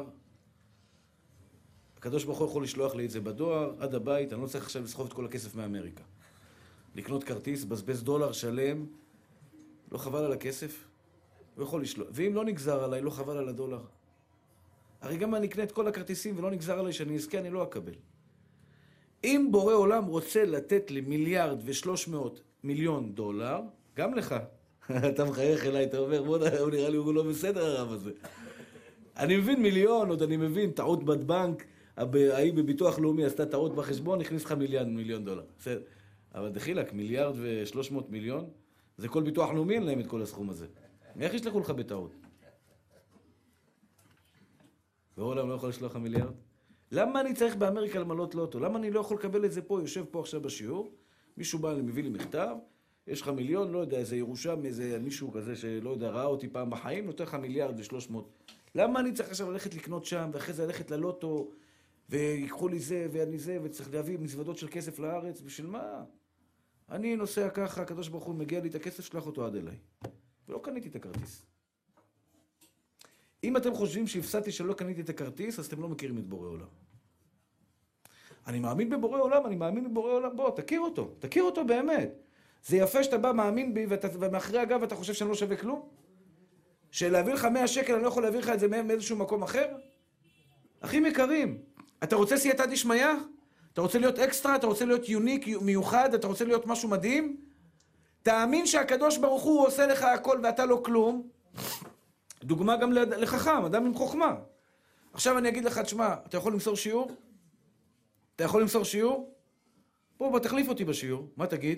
S1: הקדוש ברוך הוא יכול לשלוח לי את זה בדואר, עד הבית, אני לא צריך עכשיו לסחוב את כל הכסף מאמריקה. לקנות כרטיס, בזבז דולר שלם, לא חבל על הכסף? הוא יכול לשלוח. ואם לא נגזר עליי, לא חבל על הדולר. הרי גם אני אקנה את כל הכרטיסים ולא נגזר עליי שאני אזכה, אני לא אקבל. אם בורא עולם רוצה לתת לי מיליארד ושלוש מאות מיליון דולר, גם לך. אתה מחייך אליי, אתה אומר, בוא נראה לי הוא לא בסדר הרב הזה. אני מבין מיליון, עוד אני מבין, טעות בבנק, ההיא בביטוח לאומי עשתה טעות בחשבון, הכניס לך מיליארד מיליון דולר. בסדר. אבל דחילק, מיליארד ושלוש מאות מיליון, זה כל ביטוח לאומי אין להם את כל הסכום הזה. איך ישלחו לך בטעות? בעולם לא יכול לשלוח לך מיליארד? למה אני צריך באמריקה למלות לוטו? למה אני לא יכול לקבל את זה פה? יושב פה עכשיו בשיעור, מישהו בא, מביא לי מכתב, יש לך מיליון, לא יודע, איזה ירושה מאיזה מישהו כזה שלא יודע, ראה אותי פעם בחיים, נותן לך מיליארד ושלוש מאות. למה אני צריך עכשיו ללכת לקנות שם, ואחרי זה ללכת ללוטו, ויקחו לי זה ואני זה, וצריך להביא מזוודות של כסף לארץ? בשביל מה? אני נוסע ככה, הקדוש ברוך הוא מגיע לי את הכסף, שלח אותו עד אליי. ולא קניתי את הכרטיס. אם אתם חושבים שהפסדתי שלא קניתי את הכרטיס, אז אתם לא מכירים את בורא עולם. אני מאמין בבורא עולם, אני מאמין בבורא עולם. בוא, תכיר אותו, תכיר אותו באמת. זה יפה שאתה בא, מאמין בי, ואתה, ומאחרי אגב אתה חושב שאני לא שווה כלום? שלהביא לך מאה שקל, אני לא יכול להביא לך את זה מאיזשהו מקום אחר? אחים יקרים, אתה רוצה סייעתא דשמיא? אתה רוצה להיות אקסטרה? אתה רוצה להיות יוניק, מיוחד? אתה רוצה להיות משהו מדהים? תאמין שהקדוש ברוך הוא עושה לך הכל ואתה לא כלום. דוגמה גם לחכם, אדם עם חוכמה. עכשיו אני אגיד לך, תשמע, אתה יכול למסור שיעור? אתה יכול למסור שיעור? בוא, בוא, תחליף אותי בשיעור. מה תגיד?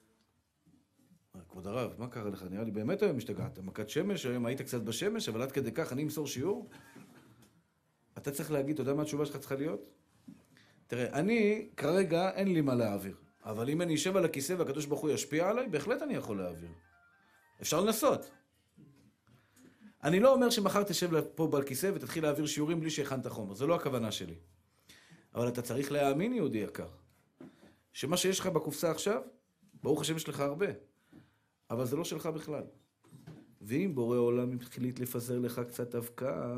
S1: כבוד הרב, מה קרה לך? נראה לי באמת היום השתגעת. מכת שמש, היום היית קצת בשמש, אבל עד כדי כך אני אמסור שיעור? אתה צריך להגיד, אתה יודע מה התשובה שלך צריכה להיות? תראה, אני כרגע אין לי מה להעביר. אבל אם אני אשב על הכיסא והקדוש ברוך הוא ישפיע עליי, בהחלט אני יכול להעביר. אפשר לנסות. אני לא אומר שמחר תשב פה על כיסא ותתחיל להעביר שיעורים בלי שהכנת חומר. זה לא הכוונה שלי. אבל אתה צריך להאמין, יהודי יקר, שמה שיש לך בקופסה עכשיו, ברוך השם יש לך הרבה. אבל זה לא שלך בכלל. ואם בורא עולם החליט לפזר לך קצת אבקה,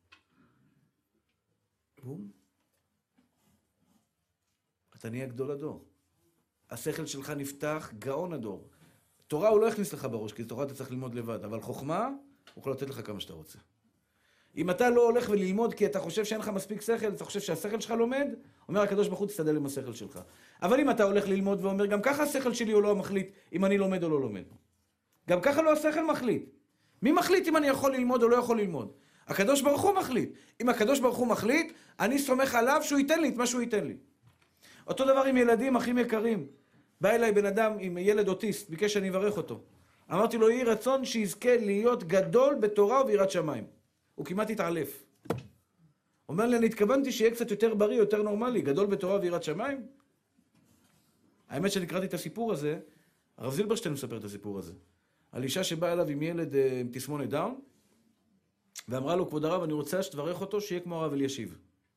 S1: בום, אתה נהיה גדול הדור. השכל שלך נפתח, גאון הדור. תורה הוא לא הכניס לך בראש, כי תורה אתה צריך ללמוד לבד, אבל חוכמה, הוא יכול לתת לך כמה שאתה רוצה. אם אתה לא הולך וללמוד כי אתה חושב שאין לך מספיק שכל, אתה חושב שהשכל שלך לומד, אומר הקדוש ברוך הוא תסתדר עם השכל שלך. אבל אם אתה הולך ללמוד ואומר, גם ככה השכל שלי הוא לא מחליט אם אני לומד או לא לומד. גם ככה לא השכל מחליט. מי מחליט אם אני יכול ללמוד או לא יכול ללמוד? הקדוש ברוך הוא מחליט. אם הקדוש ברוך הוא מחליט, אני סומך עליו שהוא ייתן לי את מה שהוא ייתן לי. אותו דבר עם ילדים, אחים יקרים. בא אליי בן אדם עם ילד אוטיסט, ביקש שאני אברך אותו. אמרתי לו, יהי רצון שיזכה להיות גדול בתורה וביראת שמיים. הוא כמעט התעלף. אומר לי, אני התכוונתי שיהיה קצת יותר בריא, יותר נורמלי, גדול בתורה וביראת שמיים. האמת שאני קראתי את הסיפור הזה, הרב זילברשטיין מספר את הסיפור הזה. על אישה שבאה אליו עם ילד עם תסמונת דאון, ואמרה לו, כבוד הרב, אני רוצה שתברך אותו שיהיה כמו הרב אלישיב.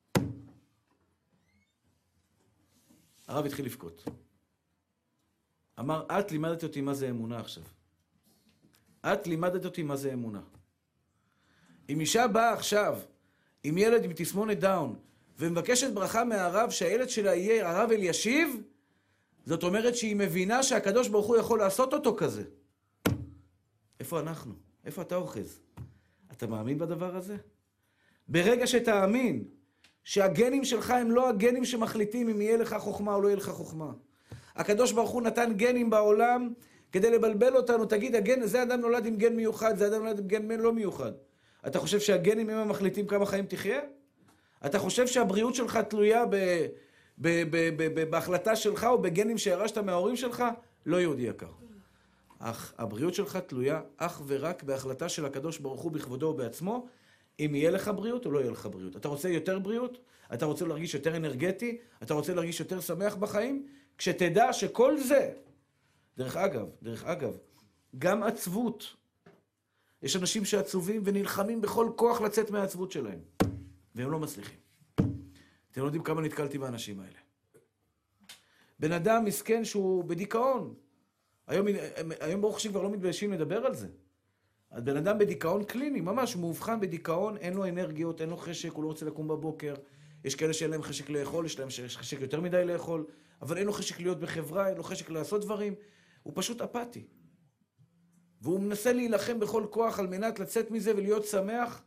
S1: הרב התחיל לבכות. אמר, את לימדת אותי מה זה אמונה עכשיו. את לימדת אותי מה זה אמונה. אם אישה באה עכשיו עם ילד עם תסמונת דאון ומבקשת ברכה מהרב שהילד שלה יהיה הרב אלישיב, זאת אומרת שהיא מבינה שהקדוש ברוך הוא יכול לעשות אותו כזה. איפה אנחנו? איפה אתה אוחז? אתה מאמין בדבר הזה? ברגע שתאמין שהגנים שלך הם לא הגנים שמחליטים אם יהיה לך חוכמה או לא יהיה לך חוכמה. הקדוש ברוך הוא נתן גנים בעולם כדי לבלבל אותנו. תגיד, הגן, זה אדם נולד עם גן מיוחד, זה אדם נולד עם גן לא מיוחד. אתה חושב שהגנים הם המחליטים כמה חיים תחיה? אתה חושב שהבריאות שלך תלויה ב, ב, ב, ב, ב, בהחלטה שלך או בגנים שירשת מההורים שלך? לא יהודי יקר. אך הבריאות שלך תלויה אך ורק בהחלטה של הקדוש ברוך הוא בכבודו ובעצמו, אם יהיה לך בריאות או לא יהיה לך בריאות. אתה רוצה יותר בריאות? אתה רוצה להרגיש יותר אנרגטי? אתה רוצה להרגיש יותר שמח בחיים? כשתדע שכל זה, דרך אגב, דרך אגב, גם עצבות, יש אנשים שעצובים ונלחמים בכל כוח לצאת מהעצבות שלהם, והם לא מצליחים. אתם לא יודעים כמה נתקלתי באנשים האלה. בן אדם מסכן שהוא בדיכאון. היום, היום ברוך השם כבר לא מתביישים לדבר על זה. בן אדם בדיכאון קליני, ממש, הוא מאובחן בדיכאון, אין לו אנרגיות, אין לו חשק, הוא לא רוצה לקום בבוקר. יש כאלה שאין להם חשק לאכול, יש להם חשק יותר מדי לאכול, אבל אין לו חשק להיות בחברה, אין לו חשק לעשות דברים. הוא פשוט אפאתי. והוא מנסה להילחם בכל כוח על מנת לצאת מזה ולהיות שמח.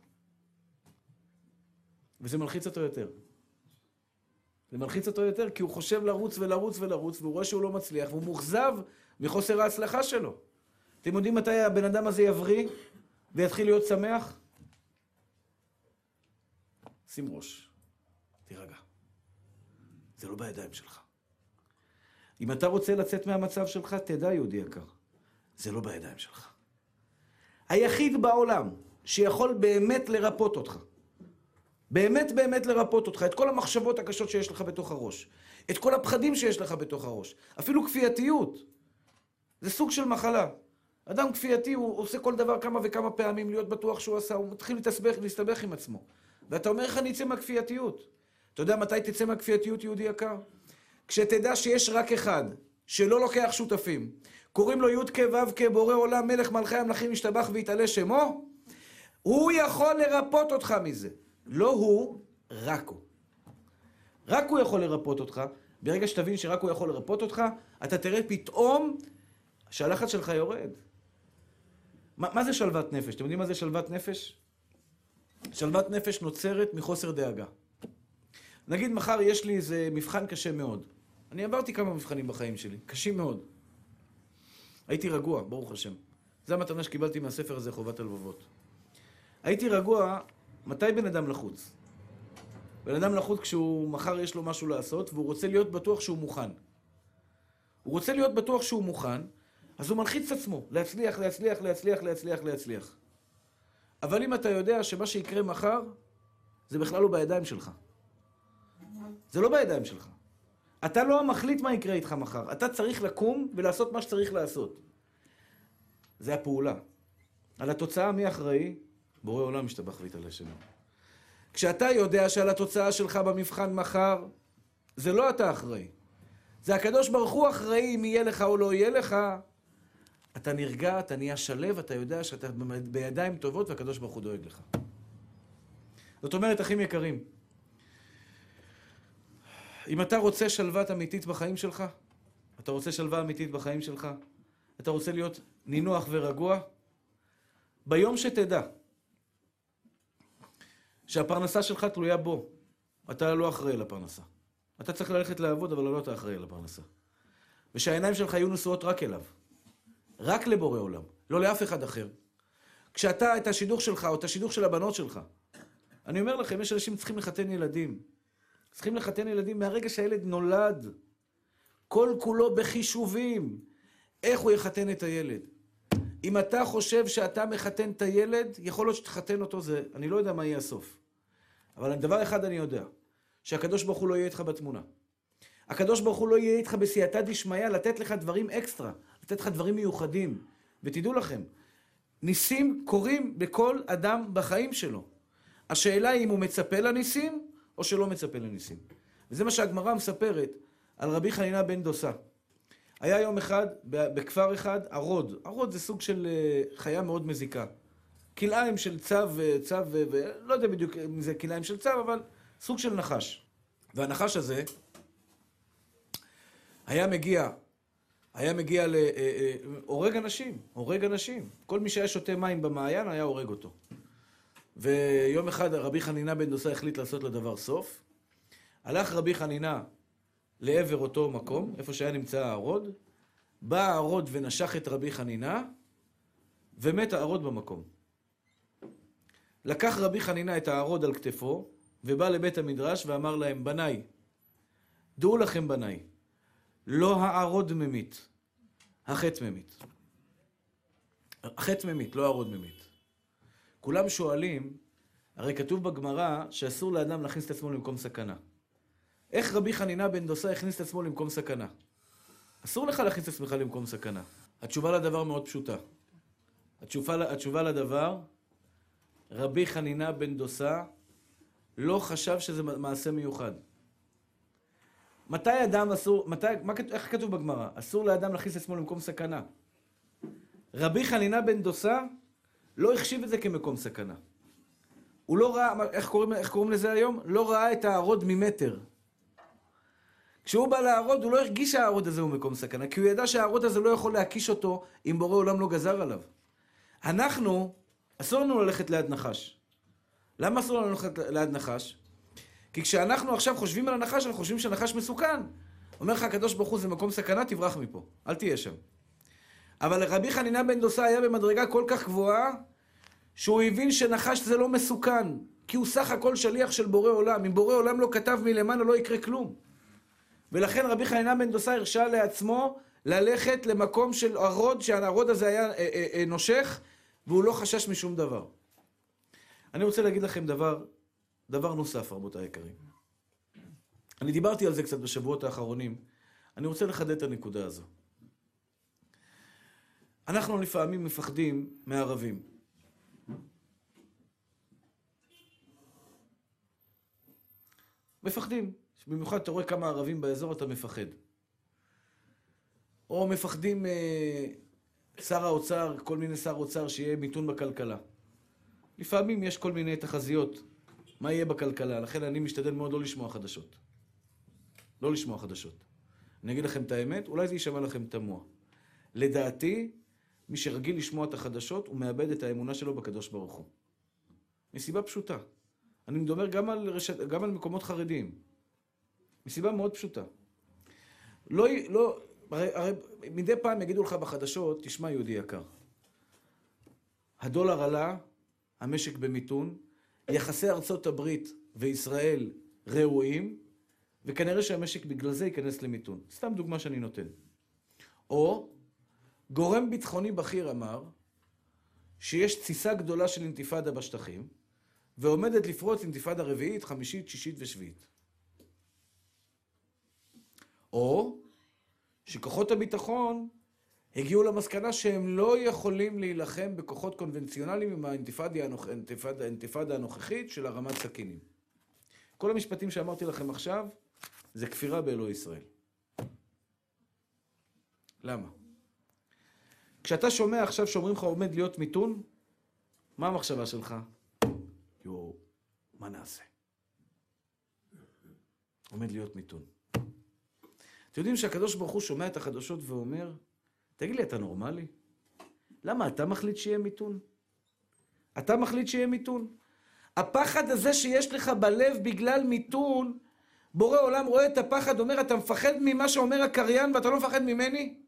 S1: וזה מלחיץ אותו יותר. זה מלחיץ אותו יותר כי הוא חושב לרוץ ולרוץ ולרוץ, והוא רואה שהוא לא מצליח, והוא מוחזב מחוסר ההצלחה שלו. אתם יודעים מתי הבן אדם הזה יבריא ויתחיל להיות שמח? שים ראש. תירגע. זה לא בידיים שלך. אם אתה רוצה לצאת מהמצב שלך, תדע יהודי יקר. זה לא בידיים שלך. היחיד בעולם שיכול באמת לרפות אותך, באמת באמת לרפות אותך, את כל המחשבות הקשות שיש לך בתוך הראש, את כל הפחדים שיש לך בתוך הראש, אפילו כפייתיות, זה סוג של מחלה. אדם כפייתי, הוא עושה כל דבר כמה וכמה פעמים, להיות בטוח שהוא עשה, הוא מתחיל להתסבך, להסתבך עם עצמו. ואתה אומר איך אני אצא מהכפייתיות? אתה יודע מתי תצא מהכפייתיות, יהודי יקר? כשתדע שיש רק אחד, שלא לוקח שותפים, קוראים לו י' כ' ו' כ' בורא עולם, מלך מלכי המלכים, ישתבח ויתעלה שמו, הוא יכול לרפות אותך מזה. לא הוא, רק הוא. רק הוא יכול לרפות אותך. ברגע שתבין שרק הוא יכול לרפות אותך, אתה תראה פתאום שהלחץ שלך יורד. מה, מה זה שלוות נפש? אתם יודעים מה זה שלוות נפש? שלוות נפש נוצרת מחוסר דאגה. נגיד מחר יש לי איזה מבחן קשה מאוד. אני עברתי כמה מבחנים בחיים שלי, קשים מאוד. הייתי רגוע, ברוך השם. זו המתנה שקיבלתי מהספר הזה, חובת הלבבות. הייתי רגוע, מתי בן אדם לחוץ? בן אדם לחוץ כשהוא מחר יש לו משהו לעשות, והוא רוצה להיות בטוח שהוא מוכן. הוא רוצה להיות בטוח שהוא מוכן, אז הוא מלחיץ את עצמו, להצליח, להצליח, להצליח, להצליח, להצליח. אבל אם אתה יודע שמה שיקרה מחר, זה בכלל לא בידיים שלך. זה לא בידיים שלך. אתה לא המחליט מה יקרה איתך מחר. אתה צריך לקום ולעשות מה שצריך לעשות. זה הפעולה. על התוצאה מי אחראי? בורא עולם משתבח ויתעלה שמו. כשאתה יודע שעל התוצאה שלך במבחן מחר, זה לא אתה אחראי. זה הקדוש ברוך הוא אחראי אם יהיה לך או לא יהיה לך. אתה נרגע, אתה נהיה שלב, אתה יודע שאתה בידיים טובות והקדוש ברוך הוא דואג לך. זאת אומרת, אחים יקרים, אם אתה רוצה שלוות אמיתית בחיים שלך, אתה רוצה שלווה אמיתית בחיים שלך, אתה רוצה להיות נינוח ורגוע, ביום שתדע שהפרנסה שלך תלויה בו, אתה לא אחראי לפרנסה. אתה צריך ללכת לעבוד, אבל לא אתה אחראי לפרנסה. ושהעיניים שלך יהיו נשואות רק אליו. רק לבורא עולם, לא לאף אחד אחר. כשאתה את השידוך שלך, או את השידוך של הבנות שלך, אני אומר לכם, יש אנשים צריכים לחתן ילדים. צריכים לחתן ילדים מהרגע שהילד נולד. כל כולו בחישובים. איך הוא יחתן את הילד? אם אתה חושב שאתה מחתן את הילד, יכול להיות שתחתן אותו, זה, אני לא יודע מה יהיה הסוף. אבל דבר אחד אני יודע, שהקדוש ברוך הוא לא יהיה איתך בתמונה. הקדוש ברוך הוא לא יהיה איתך בסייעתא דשמיא, לתת לך דברים אקסטרה, לתת לך דברים מיוחדים. ותדעו לכם, ניסים קורים בכל אדם בחיים שלו. השאלה היא אם הוא מצפה לניסים, או שלא מצפה לניסים. וזה מה שהגמרא מספרת על רבי חנינא בן דוסא. היה יום אחד, בכפר אחד, ערוד. ערוד זה סוג של חיה מאוד מזיקה. כלאיים של צב, צב, ולא יודע בדיוק אם זה כלאיים של צב, אבל סוג של נחש. והנחש הזה היה מגיע, היה מגיע להורג אנשים, הורג אנשים. כל מי שהיה שותה מים במעיין היה הורג אותו. ויום אחד רבי חנינא בן דוסא החליט לעשות לדבר סוף. הלך רבי חנינא לעבר אותו מקום, איפה שהיה נמצא הערוד, בא הערוד ונשך את רבי חנינא, ומת הערוד במקום. לקח רבי חנינא את הערוד על כתפו, ובא לבית המדרש ואמר להם, בניי, דעו לכם בניי, לא הערוד ממית, החטא ממית. החטא ממית, לא הערוד ממית. כולם שואלים, הרי כתוב בגמרא שאסור לאדם להכניס את עצמו למקום סכנה. איך רבי חנינא בן דוסא הכניס את עצמו למקום סכנה? אסור לך להכניס את עצמך למקום סכנה. התשובה לדבר מאוד פשוטה. התשובה, התשובה לדבר, רבי חנינא בן דוסא לא חשב שזה מעשה מיוחד. מתי אדם אסור, מתי, מה, איך כתוב בגמרא? אסור לאדם להכניס עצמו למקום סכנה. רבי חנינא בן דוסה לא החשיב את זה כמקום סכנה. הוא לא ראה, איך קוראים, איך קוראים לזה היום? לא ראה את הערוד ממטר. כשהוא בא לערוד, הוא לא הרגיש שהערוד הזה הוא מקום סכנה, כי הוא ידע שהערוד הזה לא יכול להקיש אותו אם בורא עולם לא גזר עליו. אנחנו, אסור לנו ללכת ליד נחש. למה אסור לנו ללכת ליד נחש? כי כשאנחנו עכשיו חושבים על הנחש, אנחנו חושבים שהנחש מסוכן. אומר לך הקדוש ברוך הוא, זה מקום סכנה, תברח מפה. אל תהיה שם. אבל רבי חנינא בן דוסה היה במדרגה כל כך גבוהה, שהוא הבין שנחש זה לא מסוכן, כי הוא סך הכל שליח של בורא עולם. אם בורא עולם לא כתב מלמעלה, לא יקרה כלום. ולכן רבי חנינא בן דוסה הרשה לעצמו ללכת למקום של ערוד, שהערוד הזה היה אה, אה, אה, נושך, והוא לא חשש משום דבר. אני רוצה להגיד לכם דבר, דבר נוסף, רבותיי היקרים. אני דיברתי על זה קצת בשבועות האחרונים. אני רוצה לחדד את הנקודה הזו. אנחנו לפעמים מפחדים מערבים. מפחדים. במיוחד אתה רואה כמה ערבים באזור, אתה מפחד. או מפחדים אה, שר האוצר, כל מיני שר אוצר שיהיה מיתון בכלכלה. לפעמים יש כל מיני תחזיות מה יהיה בכלכלה, לכן אני משתדל מאוד לא לשמוע חדשות. לא לשמוע חדשות. אני אגיד לכם את האמת, אולי זה יישמע לכם תמוה. לדעתי, מי שרגיל לשמוע את החדשות, הוא מאבד את האמונה שלו בקדוש ברוך הוא. מסיבה פשוטה. אני מדבר גם על, רשת, גם על מקומות חרדיים. מסיבה מאוד פשוטה. לא, לא, הרי, הרי מדי פעם יגידו לך בחדשות, תשמע יהודי יקר. הדולר עלה, המשק במיתון, יחסי ארצות הברית וישראל ראויים, וכנראה שהמשק בגלל זה ייכנס למיתון. סתם דוגמה שאני נותן. או גורם ביטחוני בכיר אמר שיש תסיסה גדולה של אינתיפאדה בשטחים, ועומדת לפרוץ אינתיפאדה רביעית, חמישית, שישית ושביעית. או שכוחות הביטחון הגיעו למסקנה שהם לא יכולים להילחם בכוחות קונבנציונליים עם האינתיפאדה הנוכחית של הרמת סכינים. כל המשפטים שאמרתי לכם עכשיו זה כפירה באלוהי ישראל. למה? כשאתה שומע עכשיו שאומרים לך עומד להיות מיתון, מה המחשבה שלך? יו, מה נעשה? עומד להיות מיתון. אתם יודעים שהקדוש ברוך הוא שומע את החדשות ואומר, תגיד לי, אתה נורמלי? למה אתה מחליט שיהיה מיתון? אתה מחליט שיהיה מיתון? הפחד הזה שיש לך בלב בגלל מיתון, בורא עולם רואה את הפחד, אומר, אתה מפחד ממה שאומר הקריין ואתה לא מפחד ממני?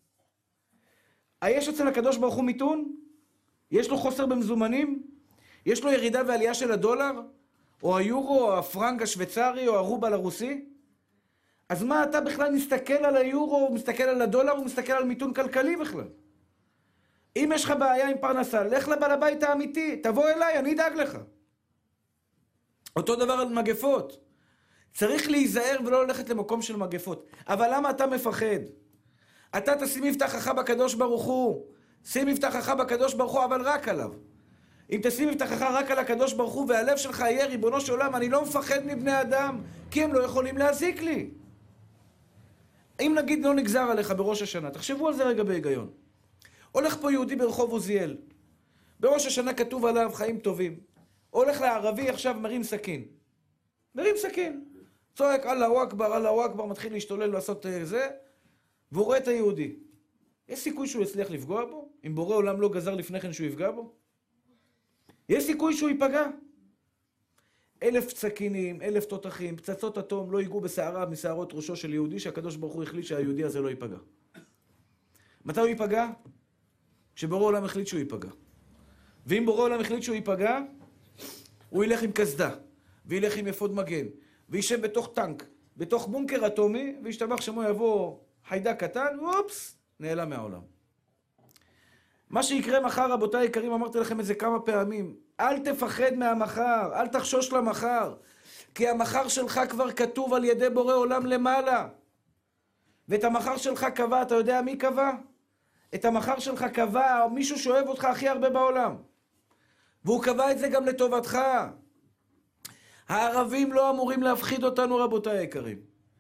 S1: יש אצל הקדוש ברוך הוא מיתון? יש לו חוסר במזומנים? יש לו ירידה ועלייה של הדולר? או היורו, או הפרנק השוויצרי, או הרובל הרוסי? אז מה אתה בכלל מסתכל על היורו, או מסתכל על הדולר, או מסתכל על מיתון כלכלי בכלל? אם יש לך בעיה עם פרנסה, לך לבעל הבית האמיתי, תבוא אליי, אני אדאג לך. אותו דבר על מגפות. צריך להיזהר ולא ללכת למקום של מגפות. אבל למה אתה מפחד? אתה תשים מבטחך בקדוש ברוך הוא. שים מבטחך בקדוש ברוך הוא, אבל רק עליו. אם תשים מבטחך רק על הקדוש ברוך הוא, והלב שלך יהיה ריבונו של עולם, אני לא מפחד מבני אדם, כי הם לא יכולים להזיק לי. אם נגיד לא נגזר עליך בראש השנה, תחשבו על זה רגע בהיגיון. הולך פה יהודי ברחוב עוזיאל. בראש השנה כתוב עליו חיים טובים. הולך לערבי עכשיו מרים סכין. מרים סכין. צועק אללהו אכבר, אללהו אכבר, מתחיל להשתולל לעשות זה, והוא רואה את היהודי. יש סיכוי שהוא יצליח לפגוע בו? אם בורא עולם לא גזר לפני כן שהוא יפגע בו? יש סיכוי שהוא ייפגע? אלף סכינים, אלף תותחים, פצצות אטום לא ייגעו בשערה משערות ראשו של יהודי שהקדוש ברוך הוא החליט שהיהודי הזה לא ייפגע. מתי הוא ייפגע? כשבורא עולם החליט שהוא ייפגע. ואם בורא עולם החליט שהוא ייפגע, הוא ילך עם קסדה, וילך עם אפוד מגן, וישב בתוך טנק, בתוך בונקר אטומי, וישתבח שמו יבוא חיידק קטן, ואופס, נעלם מהעולם. מה שיקרה מחר, רבותיי יקרים, אמרתי לכם את זה כמה פעמים, אל תפחד מהמחר, אל תחשוש למחר, כי המחר שלך כבר כתוב על ידי בורא עולם למעלה. ואת המחר שלך קבע, אתה יודע מי קבע? את המחר שלך קבע מישהו שאוהב אותך הכי הרבה בעולם. והוא קבע את זה גם לטובתך. הערבים לא אמורים להפחיד אותנו, רבותיי היקרים.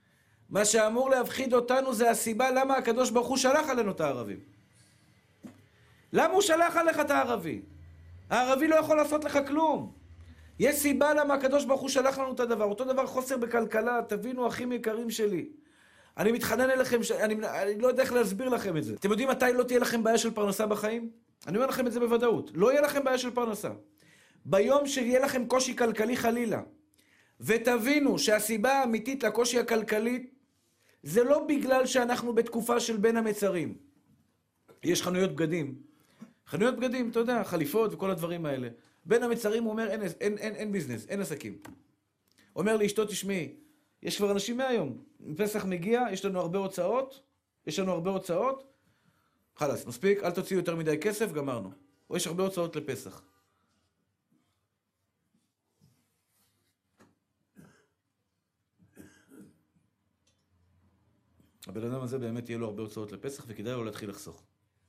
S1: מה שאמור להפחיד אותנו זה הסיבה למה הקדוש ברוך הוא שלח עלינו את הערבים. למה הוא שלח עליך את הערבי? הערבי לא יכול לעשות לך כלום. יש סיבה למה הקדוש ברוך הוא שלח לנו את הדבר. אותו דבר חוסר בכלכלה, תבינו אחים יקרים שלי. אני מתחנן אליכם, ש... אני... אני לא יודע איך להסביר לכם את זה. אתם יודעים מתי לא תהיה לכם בעיה של פרנסה בחיים? אני אומר לכם את זה בוודאות. לא יהיה לכם בעיה של פרנסה. ביום שיהיה לכם קושי כלכלי חלילה, ותבינו שהסיבה האמיתית לקושי הכלכלי, זה לא בגלל שאנחנו בתקופה של בין המצרים. יש חנויות בגדים. חנויות בגדים, אתה יודע, חליפות וכל הדברים האלה. בין המצרים הוא אומר, אין, אין, אין, אין ביזנס, אין עסקים. אומר לאשתו, תשמעי, יש כבר אנשים מהיום. פסח מגיע, יש לנו הרבה הוצאות, יש לנו הרבה הוצאות, חלס, מספיק, אל תוציאו יותר מדי כסף, גמרנו. או יש הרבה הוצאות לפסח. הבן אדם הזה באמת יהיה לו הרבה הוצאות לפסח, וכדאי לו להתחיל לחסוך.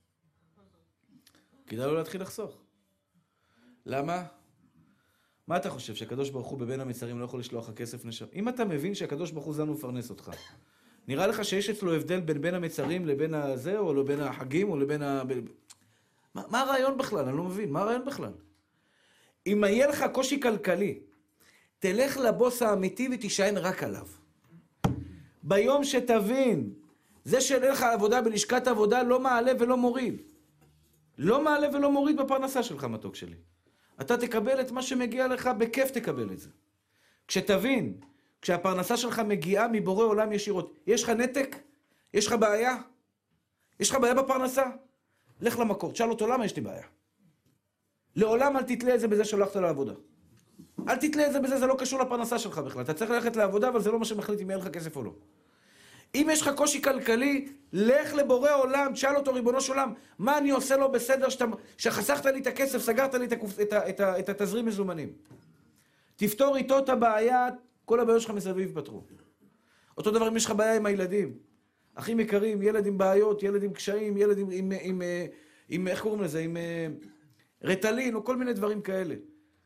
S1: כדאי לו להתחיל לחסוך. למה? מה אתה חושב? שהקדוש ברוך הוא בבין המצרים לא יכול לשלוח לך כסף נשם? אם אתה מבין שהקדוש ברוך הוא זנו מפרנס אותך, נראה לך שיש אצלו הבדל בין בין המצרים לבין הזה, או לבין החגים, או לבין ה... מה, מה הרעיון בכלל? אני לא מבין. מה הרעיון בכלל? אם יהיה לך קושי כלכלי, תלך לבוס האמיתי ותישען רק עליו. ביום שתבין, זה שאין לך עבודה בלשכת עבודה לא מעלה ולא מוריד. לא מעלה ולא מוריד בפרנסה שלך, מתוק שלי. אתה תקבל את מה שמגיע לך, בכיף תקבל את זה. כשתבין, כשהפרנסה שלך מגיעה מבורא עולם ישירות, יש לך נתק? יש לך בעיה? יש לך בעיה בפרנסה? לך למקור, תשאל אותו למה יש לי בעיה. לעולם אל תתלה את זה בזה שהלכת לעבודה. אל תתלה את זה בזה, זה לא קשור לפרנסה שלך בכלל. אתה צריך ללכת לעבודה, אבל זה לא מה שמחליט אם יהיה לך כסף או לא. אם יש לך קושי כלכלי, לך לבורא עולם, תשאל אותו ריבונו של עולם, מה אני עושה לו בסדר שאתה, שחסכת לי את הכסף, סגרת לי את, הקופ, את, ה, את, ה, את התזרים מזומנים. תפתור איתו את הבעיה, כל הבעיות שלך מסביב פתרו. אותו דבר אם יש לך בעיה עם הילדים. אחים יקרים, ילד עם בעיות, ילד עם קשיים, ילד עם, עם, עם, עם, עם איך קוראים לזה, עם רטלין או כל מיני דברים כאלה.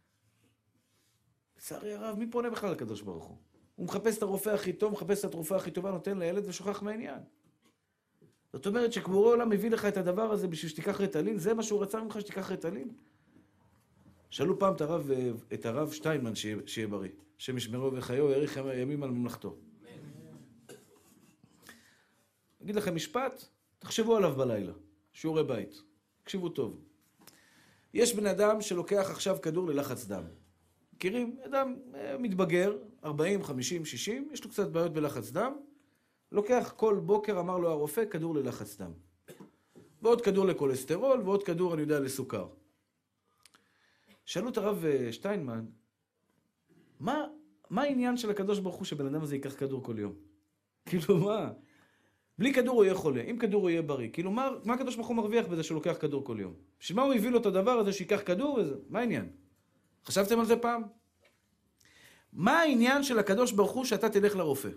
S1: לצערי הרב, מי פונה בכלל לקדוש ברוך הוא? הוא מחפש את הרופא הכי טוב, מחפש את התרופה הכי טובה, נותן לילד ושוכח מהעניין. זאת אומרת שכבורא עולם מביא לך את הדבר הזה בשביל שתיקח רטלין, זה מה שהוא רצה ממך שתיקח רטלין. שאלו פעם את הרב, את הרב שטיינמן שיהיה, שיהיה בריא, השם ישמרו וחיו, יאריך ימים על ממלכתו. אגיד לכם משפט, תחשבו עליו בלילה, שיעורי בית, תקשיבו טוב. יש בן אדם שלוקח עכשיו כדור ללחץ דם. מכירים? אדם מתבגר, ארבעים, חמישים, שישים, יש לו קצת בעיות בלחץ דם, לוקח כל בוקר, אמר לו הרופא, כדור ללחץ דם. ועוד כדור לקולסטרול, ועוד כדור, אני יודע, לסוכר. שאלו את הרב שטיינמן, מה, מה העניין של הקדוש ברוך הוא שבן אדם הזה ייקח כדור כל יום? כאילו מה? בלי כדור הוא יהיה חולה, עם כדור הוא יהיה בריא. כאילו מה, מה הקדוש ברוך הוא מרוויח בזה שהוא לוקח כדור כל יום? בשביל מה הוא הביא לו את הדבר הזה שיקח כדור וזה? מה העניין? חשבתם על זה פעם? מה העניין של הקדוש ברוך הוא שאתה תלך לרופא?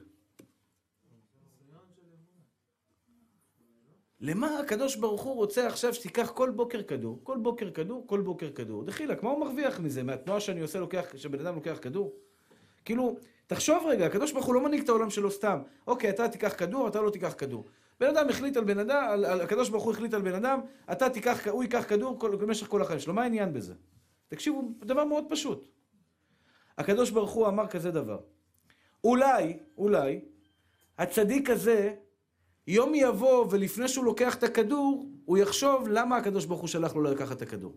S1: למה הקדוש ברוך הוא רוצה עכשיו שתיקח כל בוקר כדור? כל בוקר כדור, כל בוקר כדור. דחילק, מה הוא מרוויח מזה? מהתנועה שאני עושה, לוקח, שבן אדם לוקח כדור? כאילו, תחשוב רגע, הקדוש ברוך הוא לא מנהיג את העולם שלו סתם. אוקיי, אתה תיקח כדור, אתה לא תיקח כדור. בן אדם החליט על בן אדם, על, על, הקדוש ברוך הוא החליט על בן אדם, אתה תיקח, הוא ייקח כדור כל, במשך כל החיים שלו. מה העניין בזה? תקשיבו, דבר מאוד פשוט. הקדוש ברוך הוא אמר כזה דבר. אולי, אולי, הצדיק הזה, יום יבוא ולפני שהוא לוקח את הכדור, הוא יחשוב למה הקדוש ברוך הוא שלח לו לקחת את הכדור.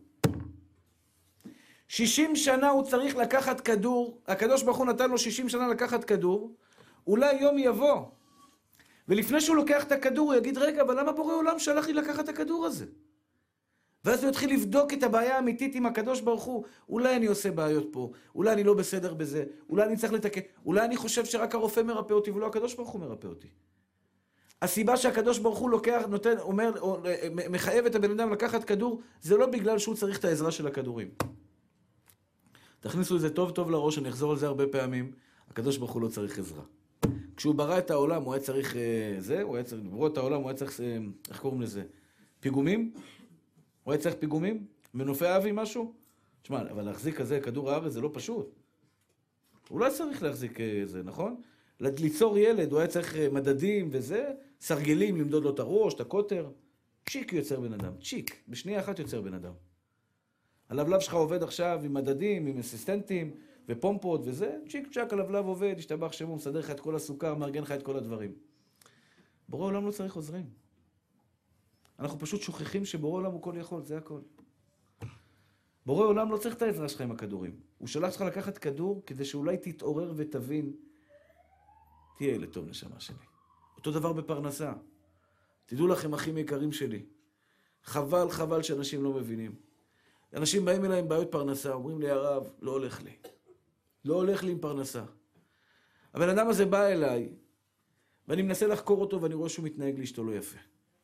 S1: שישים שנה הוא צריך לקחת כדור, הקדוש ברוך הוא נתן לו שישים שנה לקחת כדור, אולי יום יבוא, ולפני שהוא לוקח את הכדור הוא יגיד, רגע, אבל למה בורא עולם שלח לי לקחת את הכדור הזה? ואז הוא יתחיל לבדוק את הבעיה האמיתית עם הקדוש ברוך הוא. אולי אני עושה בעיות פה, אולי אני לא בסדר בזה, אולי אני צריך לתקן, אולי אני חושב שרק הרופא מרפא אותי ולא הקדוש ברוך הוא מרפא אותי. הסיבה שהקדוש ברוך הוא לוקח, נותן, אומר, מחייב את הבן אדם לקחת כדור, זה לא בגלל שהוא צריך את העזרה של הכדורים. תכניסו את זה טוב טוב לראש, אני אחזור על זה הרבה פעמים. הקדוש ברוך הוא לא צריך עזרה. כשהוא ברא את העולם, הוא היה צריך זה, הוא היה צריך לברוא את העולם, הוא היה צריך, איך קוראים לזה? פיגומים? הוא היה צריך פיגומים? מנופי אבי משהו? תשמע, אבל להחזיק כזה כדור הארץ זה לא פשוט. הוא לא צריך להחזיק זה, נכון? ליצור ילד, הוא היה צריך מדדים וזה, סרגלים, למדוד לו את הראש, את הקוטר. צ'יק יוצר בן אדם, צ'יק, בשנייה אחת יוצר בן אדם. הלבלב שלך עובד עכשיו עם מדדים, עם אסיסטנטים ופומפות וזה, צ'יק צ'ק הלבלב עובד, ישתבח שמו, מסדר לך את כל הסוכר, מארגן לך את כל הדברים. בורא עולם לא צריך עוזרים. אנחנו פשוט שוכחים שבורא עולם הוא כל יכול, זה הכל. בורא עולם לא צריך את העזרה שלך עם הכדורים. הוא שלח לך לקחת כדור כדי שאולי תתעורר ותבין, תהיה ילד טוב נשמה שלי. אותו דבר בפרנסה. תדעו לכם, אחים יקרים שלי, חבל, חבל שאנשים לא מבינים. אנשים באים אליי עם בעיות פרנסה, אומרים לי, הרב, לא הולך לי. לא הולך לי עם פרנסה. הבן אדם הזה בא אליי, ואני מנסה לחקור אותו, ואני רואה שהוא מתנהג לאשתו לא יפה.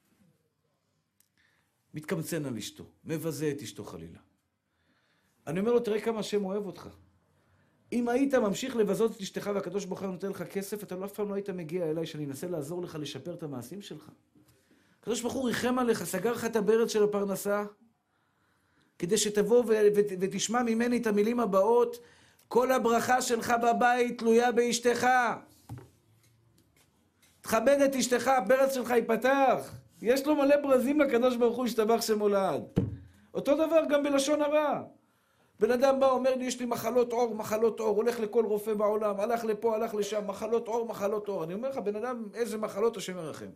S1: מתקמצן על אשתו, מבזה את אשתו חלילה. אני אומר לו, תראה כמה השם אוהב אותך. אם היית ממשיך לבזות את אשתך והקדוש ברוך הוא נותן לך כסף, אתה לא אף פעם לא היית מגיע אליי שאני אנסה לעזור לך לשפר את המעשים שלך. הקדוש ברוך הוא ריחם עליך, סגר לך את הברז של הפרנסה, כדי שתבוא ו- ו- ותשמע ממני את המילים הבאות, כל הברכה שלך בבית תלויה באשתך. תכבד את אשתך, הברז שלך ייפתח. יש לו מלא ברזים לקדוש ברוך הוא, ישתבח שמו לעד. אותו דבר גם בלשון הרע. בן אדם בא, אומר לי, יש לי מחלות עור, מחלות עור, הולך לכל רופא בעולם, הלך לפה, הלך לשם, מחלות עור, מחלות עור. אני אומר לך, בן אדם, איזה מחלות השם ירחם.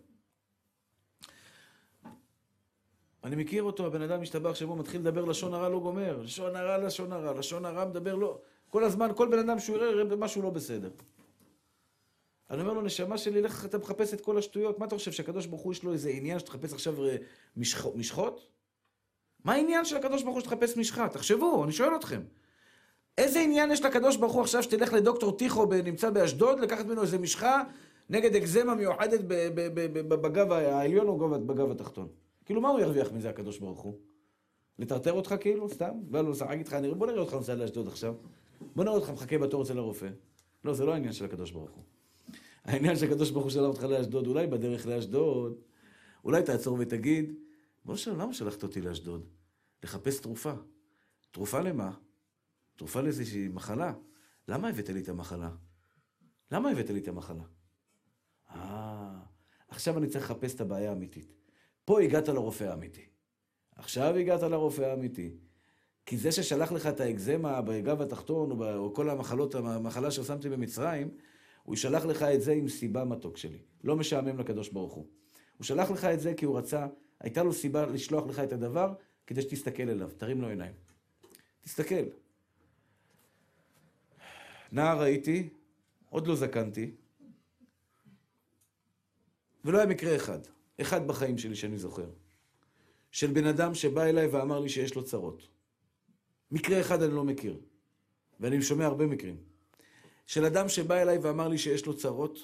S1: אני מכיר אותו, הבן אדם משתבח שמו, מתחיל לדבר לשון הרע, לא גומר. לשון הרע, לשון הרע, לשון הרע מדבר לא. כל הזמן, כל בן אדם שהוא יראה, יראה משהו לא בסדר. אני אומר לו, נשמה שלי, לך אתה מחפש את כל השטויות. מה אתה חושב, שהקדוש ברוך הוא יש לו איזה עניין שתחפש עכשיו משח... משחות? מה העניין של הקדוש ברוך הוא שתחפש משחה? תחשבו, אני שואל אתכם. איזה עניין יש לקדוש ברוך הוא עכשיו שתלך לדוקטור טיחו נמצא באשדוד, לקחת ממנו איזה משחה נגד אקזמה מיוחדת בגב העליון או בגב התחתון? כאילו, מה הוא ירוויח מזה הקדוש ברוך הוא? לטרטר אותך כאילו, סתם? בא לו לשחק איתך, בוא נראה אותך נוסע לאשדוד עכשיו. בוא נראה אותך מחכה בתור אצל הרופא. לא, זה לא העניין של הקדוש ברוך הוא. העניין של הקדוש ברוך הוא שלח אותך לאשדוד, אולי בדרך לאשדוד, אולי תעצור ותגיד, בוא שלום, למה שלחת אותי לאשדוד? לחפש תרופה. תרופה למה? תרופה לאיזושהי מחלה. למה הבאת לי את המחלה? למה הבאת לי את המחלה? אה, עכשיו אני צריך לחפש את הבעיה האמיתית. פה הגעת לרופא האמיתי. עכשיו הגעת לרופא האמיתי. כי זה ששלח לך את האקזמה בגב התחתון, או, או כל המחלות, המחלה ששמתי במצרים, הוא שלח לך את זה עם סיבה מתוק שלי. לא משעמם לקדוש ברוך הוא. הוא שלח לך את זה כי הוא רצה, הייתה לו סיבה לשלוח לך את הדבר, כדי שתסתכל אליו, תרים לו עיניים. תסתכל. נער הייתי, עוד לא זקנתי, ולא היה מקרה אחד, אחד בחיים שלי שאני זוכר, של בן אדם שבא אליי ואמר לי שיש לו צרות. מקרה אחד אני לא מכיר, ואני שומע הרבה מקרים. של אדם שבא אליי ואמר לי שיש לו צרות,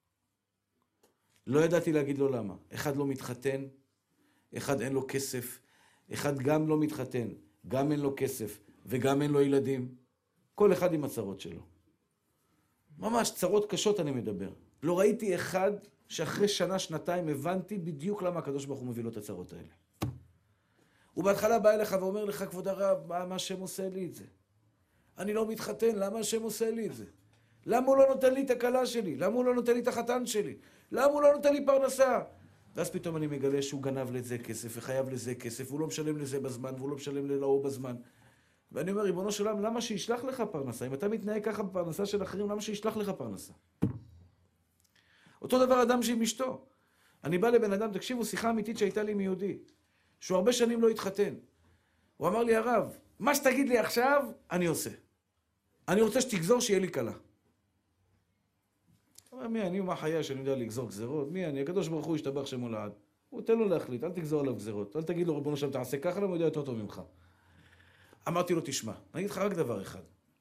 S1: לא ידעתי להגיד לו למה. אחד לא מתחתן, אחד אין לו כסף, אחד גם לא מתחתן, גם אין לו כסף, וגם אין לו ילדים. כל אחד עם הצרות שלו. ממש צרות קשות אני מדבר. לא ראיתי אחד שאחרי שנה, שנתיים הבנתי בדיוק למה הקדוש ברוך הוא מביא לו את הצרות האלה. הוא בהתחלה בא אליך ואומר לך, כבוד הרב, מה, מה השם עושה לי את זה? אני לא מתחתן, למה השם עושה לי את זה? למה הוא לא נותן לי את הכלה שלי? למה הוא לא נותן לי את החתן שלי? למה הוא לא נותן לי פרנסה? ואז פתאום אני מגלה שהוא גנב לזה כסף, וחייב לזה כסף, והוא לא משלם לזה בזמן, והוא לא משלם להוא בזמן. ואני אומר, ריבונו של עולם, למה שישלח לך פרנסה? אם אתה מתנהג ככה בפרנסה של אחרים, למה שישלח לך פרנסה? אותו דבר אדם שעם אשתו. אני בא לבן אדם, תקשיבו, שיחה אמיתית שהייתה לי מיהודי, שהוא הרבה שנים לא התחתן. הוא אמר לי, הרב, מה שתגיד לי עכשיו, אני עושה. אני רוצה שתגזור שיהיה לי קלה. אמר, מי אני ומה חיי שאני יודע לגזור גזרות? מי אני? הקדוש ברוך הוא ישתבח שמו לעד. הוא תן לו להחליט, אל תגזור עליו גזרות. אל תגיד לו, ריבונו שם, תעשה ככה, למה הוא יודע יותר טוב ממך. אמרתי לו, תשמע, אני אגיד לך רק דבר אחד.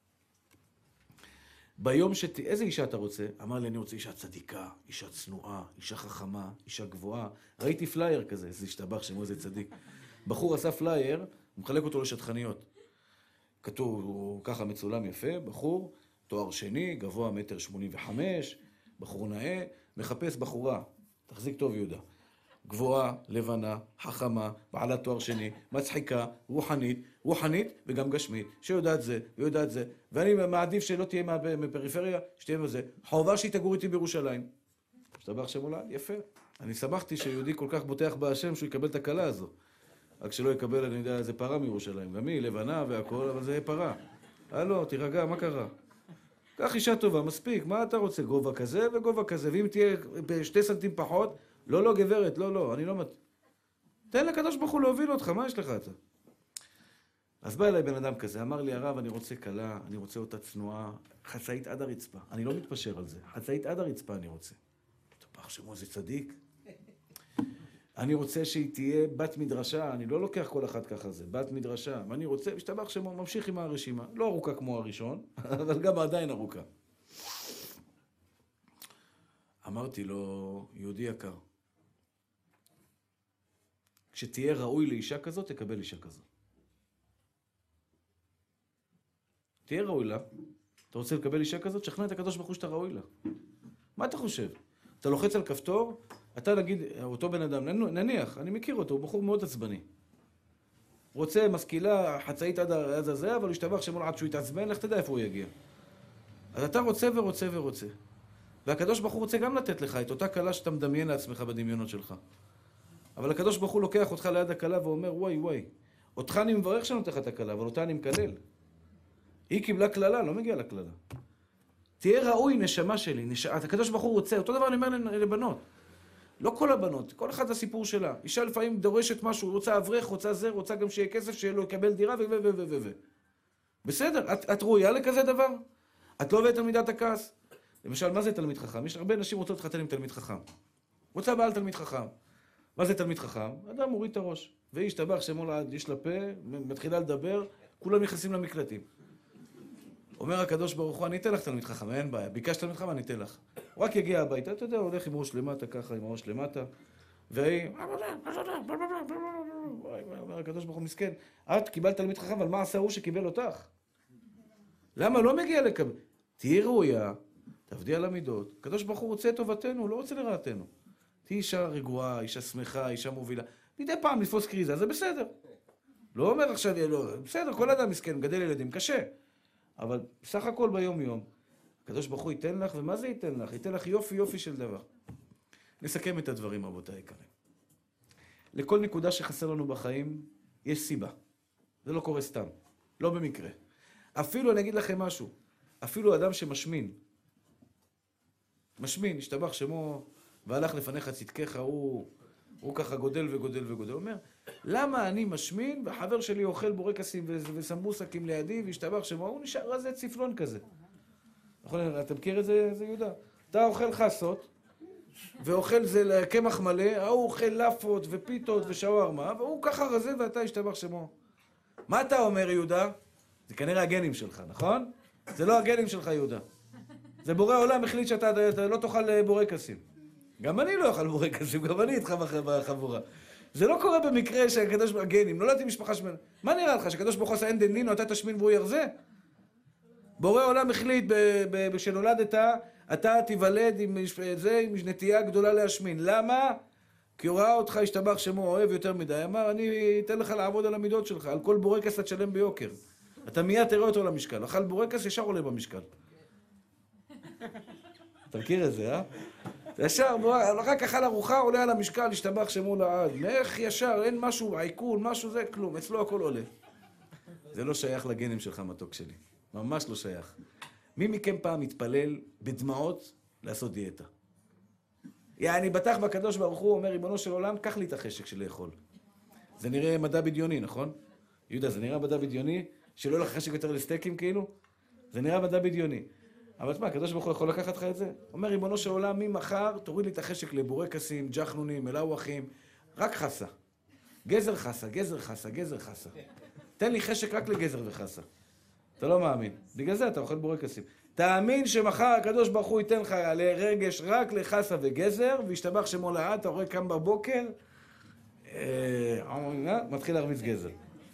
S1: ביום שת... איזה אישה אתה רוצה? אמר לי, אני רוצה אישה צדיקה, אישה צנועה, אישה חכמה, אישה גבוהה. ראיתי פלייר כזה, זה השתבח שמו איזה צדיק. בחור עשה פלייר, הוא מחלק אותו לשטחניות. כתוב, הוא ככה מצולם יפה, בחור, תואר שני, גבוה מטר שמונים וחמש, בחור נאה, מחפש בחורה, תחזיק טוב יהודה, גבוהה, לבנה, חכמה, בעלת תואר שני, מצחיקה, רוחנית, רוחנית וגם גשמית, שיודעת זה, ויודעת זה, ואני מעדיף שלא תהיה מפריפריה, שתהיה בזה. חובה שהיא תגור איתי בירושלים. השתבח שם עולה, יפה. אני שמחתי שיהודי כל כך בוטח בהשם שהוא יקבל את הקלה הזו. רק שלא יקבל, אני יודע, זה פרה מירושלים. גם היא, לבנה והכל, אבל זה פרה. הלו, תירגע, מה קרה? קח אישה טובה, מספיק, מה אתה רוצה? גובה כזה וגובה כזה, ואם תהיה בשתי סנטים פחות, לא, לא, גברת, לא, לא, אני לא מת... תן לקדוש ברוך הוא להוביל אותך, מה יש לך אתה? אז בא אליי בן אדם כזה, אמר לי, הרב, אני רוצה קלה, אני רוצה אותה צנועה, חצאית עד הרצפה. אני לא מתפשר על זה, חצאית עד הרצפה אני רוצה. תופח שמו, זה צדיק. אני רוצה שהיא תהיה בת מדרשה, אני לא לוקח כל אחד ככה זה, בת מדרשה. ואני רוצה, משתבח שמו, ממשיך עם הרשימה. לא ארוכה כמו הראשון, אבל גם עדיין ארוכה. אמרתי לו, יהודי יקר, כשתהיה ראוי לאישה כזאת, תקבל אישה כזאת. תהיה ראוי לה, אתה רוצה לקבל אישה כזאת, שכנע את הקדוש ברוך הוא שאתה ראוי לה. מה אתה חושב? אתה לוחץ על כפתור, אתה נגיד, אותו בן אדם, נניח, אני מכיר אותו, הוא בחור מאוד עצבני. רוצה משכילה, חצאית עד הזה, אבל ישתבח שמול עד שהוא יתעצבן, לך תדע איפה הוא יגיע. אז אתה רוצה ורוצה ורוצה. והקדוש ברוך הוא רוצה גם לתת לך את אותה קלה שאתה מדמיין לעצמך בדמיונות שלך. אבל הקדוש ברוך הוא לוקח אותך ליד הקלה ואומר, וואי וואי, אותך אני מברך שנותן לך את הקלה, אבל אותה אני מקלל. היא קיבלה קללה, לא מגיעה לקללה. תהיה ראוי, נשמה שלי, נש... הקדוש ברוך הוא רוצה, אותו דבר אני אומר לבנות. לא כל הבנות, כל אחד הסיפור שלה. אישה לפעמים דורשת משהו, רוצה אברך, רוצה זה, רוצה גם שיהיה כסף, שיהיה לו יקבל דירה ו... ו... ו... ו... ו... בסדר, את, את ראויה לכזה דבר? את לא עובדת על מידת הכעס? למשל, מה זה תלמיד חכם? יש הרבה נשים רוצות להתחתן עם תלמיד חכם. רוצה בעל תלמיד חכם. מה זה תלמיד חכם? אדם מוריד את הראש. והיא השתבח שמול עד, יש לה פה, מתחילה לדבר, כולם נכנסים למקלטים. אומר הקדוש ברוך הוא, אני אתן לך תלמיד חכם, אין בעיה. ביקשת תלמיד חכם, אני אתן לך. הוא רק יגיע הביתה, אתה יודע, הוא הולך עם ראש למטה, ככה, עם הראש למטה, והיא... אומר הקדוש ברוך הוא, מסכן, את קיבלת תלמיד חכם, אבל מה עשה הוא שקיבל אותך? למה לא מגיע לקבל? תהי ראויה, תעבדי על המידות. הקדוש ברוך הוא רוצה את טובתנו, הוא לא רוצה לרעתנו. תהי אישה רגועה, אישה שמחה, אישה מובילה. מדי פעם לפוס קריזה, זה בסדר. לא אומר עכשיו, לא, בסדר, כל אדם מסכן, מגדל ילדים, קשה. אבל בסך הכל ביום יום, הקדוש ברוך הוא ייתן לך, ומה זה ייתן לך? ייתן לך יופי יופי של דבר. נסכם את הדברים, רבותיי היקרים. לכל נקודה שחסר לנו בחיים, יש סיבה. זה לא קורה סתם, לא במקרה. אפילו, אני אגיד לכם משהו, אפילו אדם שמשמין, משמין, השתבח שמו, והלך לפניך צדקך, הוא, הוא ככה גודל וגודל וגודל. הוא אומר, למה אני משמין, והחבר שלי אוכל בורקסים וסמבוסקים לידי, והשתבח שמו, הוא נשאר רזה צפלון כזה. נכון, אתה מכיר את זה, זה יהודה? אתה אוכל חסות, ואוכל זה קמח מלא, הוא אוכל לפות ופיתות ושווארמה, והוא ככה רזה ואתה השתבח שמו. מה אתה אומר, יהודה? זה כנראה הגנים שלך, נכון? זה לא הגנים שלך, יהודה. זה בורא עולם החליט שאתה אתה לא תאכל בורקסים. גם אני לא אוכל בורקסים, גם אני איתך בחבורה. זה לא קורה במקרה שהקדוש ברוך הוא הגנים, לא לדעתי משפחה שמנה. מה נראה לך, שהקדוש ברוך הוא עשה אין דין נינו, אתה תשמין והוא ירזה? בורא עולם החליט כשנולדת, אתה תיוולד עם זה, עם נטייה גדולה להשמין. למה? כי הוא ראה אותך, השתבח שמו, אוהב יותר מדי. אמר, אני אתן לך לעבוד על המידות שלך, על כל בורקס אתה תשלם ביוקר. אתה מיד תראה אותו למשקל. אכל בורקס, ישר עולה במשקל. אתה מכיר את זה, אה? ישר, רק אכל ארוחה, עולה על המשקל, השתבח שמו לעד. איך ישר, אין משהו, עיכול, משהו זה, כלום. אצלו הכל עולה. זה לא שייך לגנים שלך, מתוק שלי. ממש לא שייך. מי מכם פעם מתפלל בדמעות לעשות דיאטה? יעני, בטח בקדוש ברוך הוא אומר, ריבונו של עולם, קח לי את החשק של לאכול. זה נראה מדע בדיוני, נכון? יהודה, זה נראה מדע בדיוני? שלא לך חשק יותר לסטייקים כאילו? זה נראה מדע בדיוני. אבל מה, הקדוש ברוך הוא יכול לקחת לך את זה? אומר, ריבונו של עולם, ממחר תוריד לי את החשק לבורקסים, ג'חנונים, מלאווחים, רק חסה. גזר חסה, גזר חסה, גזר חסה. תן לי חשק רק לגזר וחסה. אתה לא מאמין. בגלל זה אתה אוכל בורקסים. תאמין שמחר הקדוש ברוך הוא ייתן לך לרגש רק לחסה וגזר, וישתבח שמו לעד, אתה רואה קם בבוקר, מתחיל להרביץ גזר.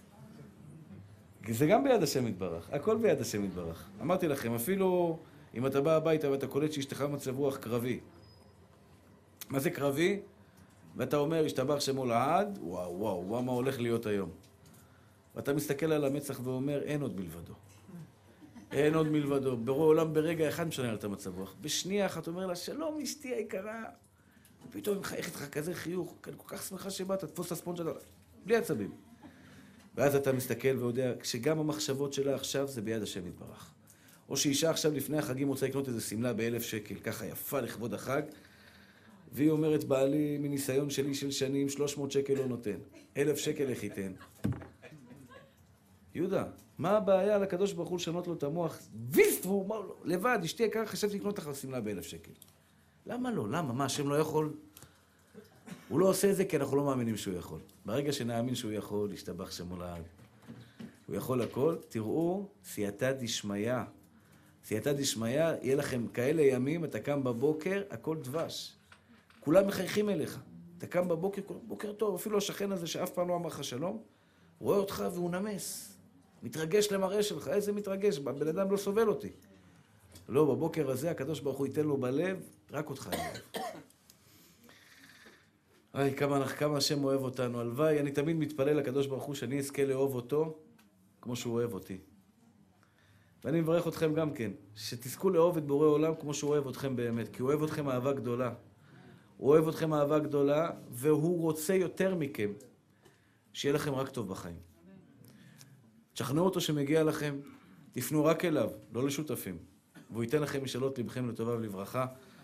S1: זה גם ביד השם יתברך, הכל ביד השם יתברך. אמרתי לכם, אפילו אם אתה בא הביתה ואתה קולט שאשתך מצב רוח קרבי. מה זה קרבי? ואתה אומר, השתבח שמו לעד, וואו, וואו, וואו, מה הולך להיות היום? ואתה מסתכל על המצח ואומר, אין עוד מלבדו. אין עוד מלבדו. ברור עולם ברגע אחד משנה על את המצב רוח. בשנייה אחת אומר לה, שלום אשתי היקרה. ופתאום היא מחייכת לך כזה חיוך, אני כל כך שמחה שבאת, תפוס את הספונג' שלה, בלי עצבים. ואז אתה מסתכל ויודע, כשגם המחשבות שלה עכשיו זה ביד השם יתברך. או שאישה עכשיו לפני החגים רוצה לקנות איזו סמלה באלף שקל, ככה יפה לכבוד החג, והיא אומרת, בעלי מניסיון שלי של שנים, שלוש מאות שקל לא נותן. אלף שקל איך ייתן. יהודה, מה הבעיה לקדוש ברוך הוא לשנות לו את המוח? ויסט, והוא אמר לו, לבד, אשתי יקרה, חשבתי לקנות לך סמלה באלף שקל. למה לא? למה? מה, השם לא יכול? הוא לא עושה את זה כי אנחנו לא מאמינים שהוא יכול. ברגע שנאמין שהוא יכול, להשתבח שמו לעד. הוא יכול הכל. תראו, סייעתא דשמיא. סייעתא דשמיא, יהיה לכם כאלה ימים, אתה קם בבוקר, הכל דבש. כולם מחייכים אליך. אתה קם בבוקר, בוקר טוב, אפילו השכן הזה שאף פעם לא אמר לך שלום, רואה אותך והוא נמס. מתרגש למראה שלך. איזה מתרגש? בן אדם לא סובל אותי. לא, בבוקר הזה הקדוש ברוך הוא ייתן לו בלב, רק אותך אליו. איי, כמה, כמה השם אוהב אותנו. הלוואי, אני תמיד מתפלל לקדוש ברוך הוא שאני אזכה לאהוב אותו כמו שהוא אוהב אותי. ואני מברך אתכם גם כן, שתזכו לאהוב את בורא עולם כמו שהוא אוהב אתכם באמת, כי הוא אוהב אתכם אהבה גדולה. הוא אוהב אתכם אהבה גדולה, והוא רוצה יותר מכם, שיהיה לכם רק טוב בחיים. תשכנעו אותו שמגיע לכם, תפנו רק אליו, לא לשותפים. והוא ייתן לכם משאלות לבכם לטובה ולברכה.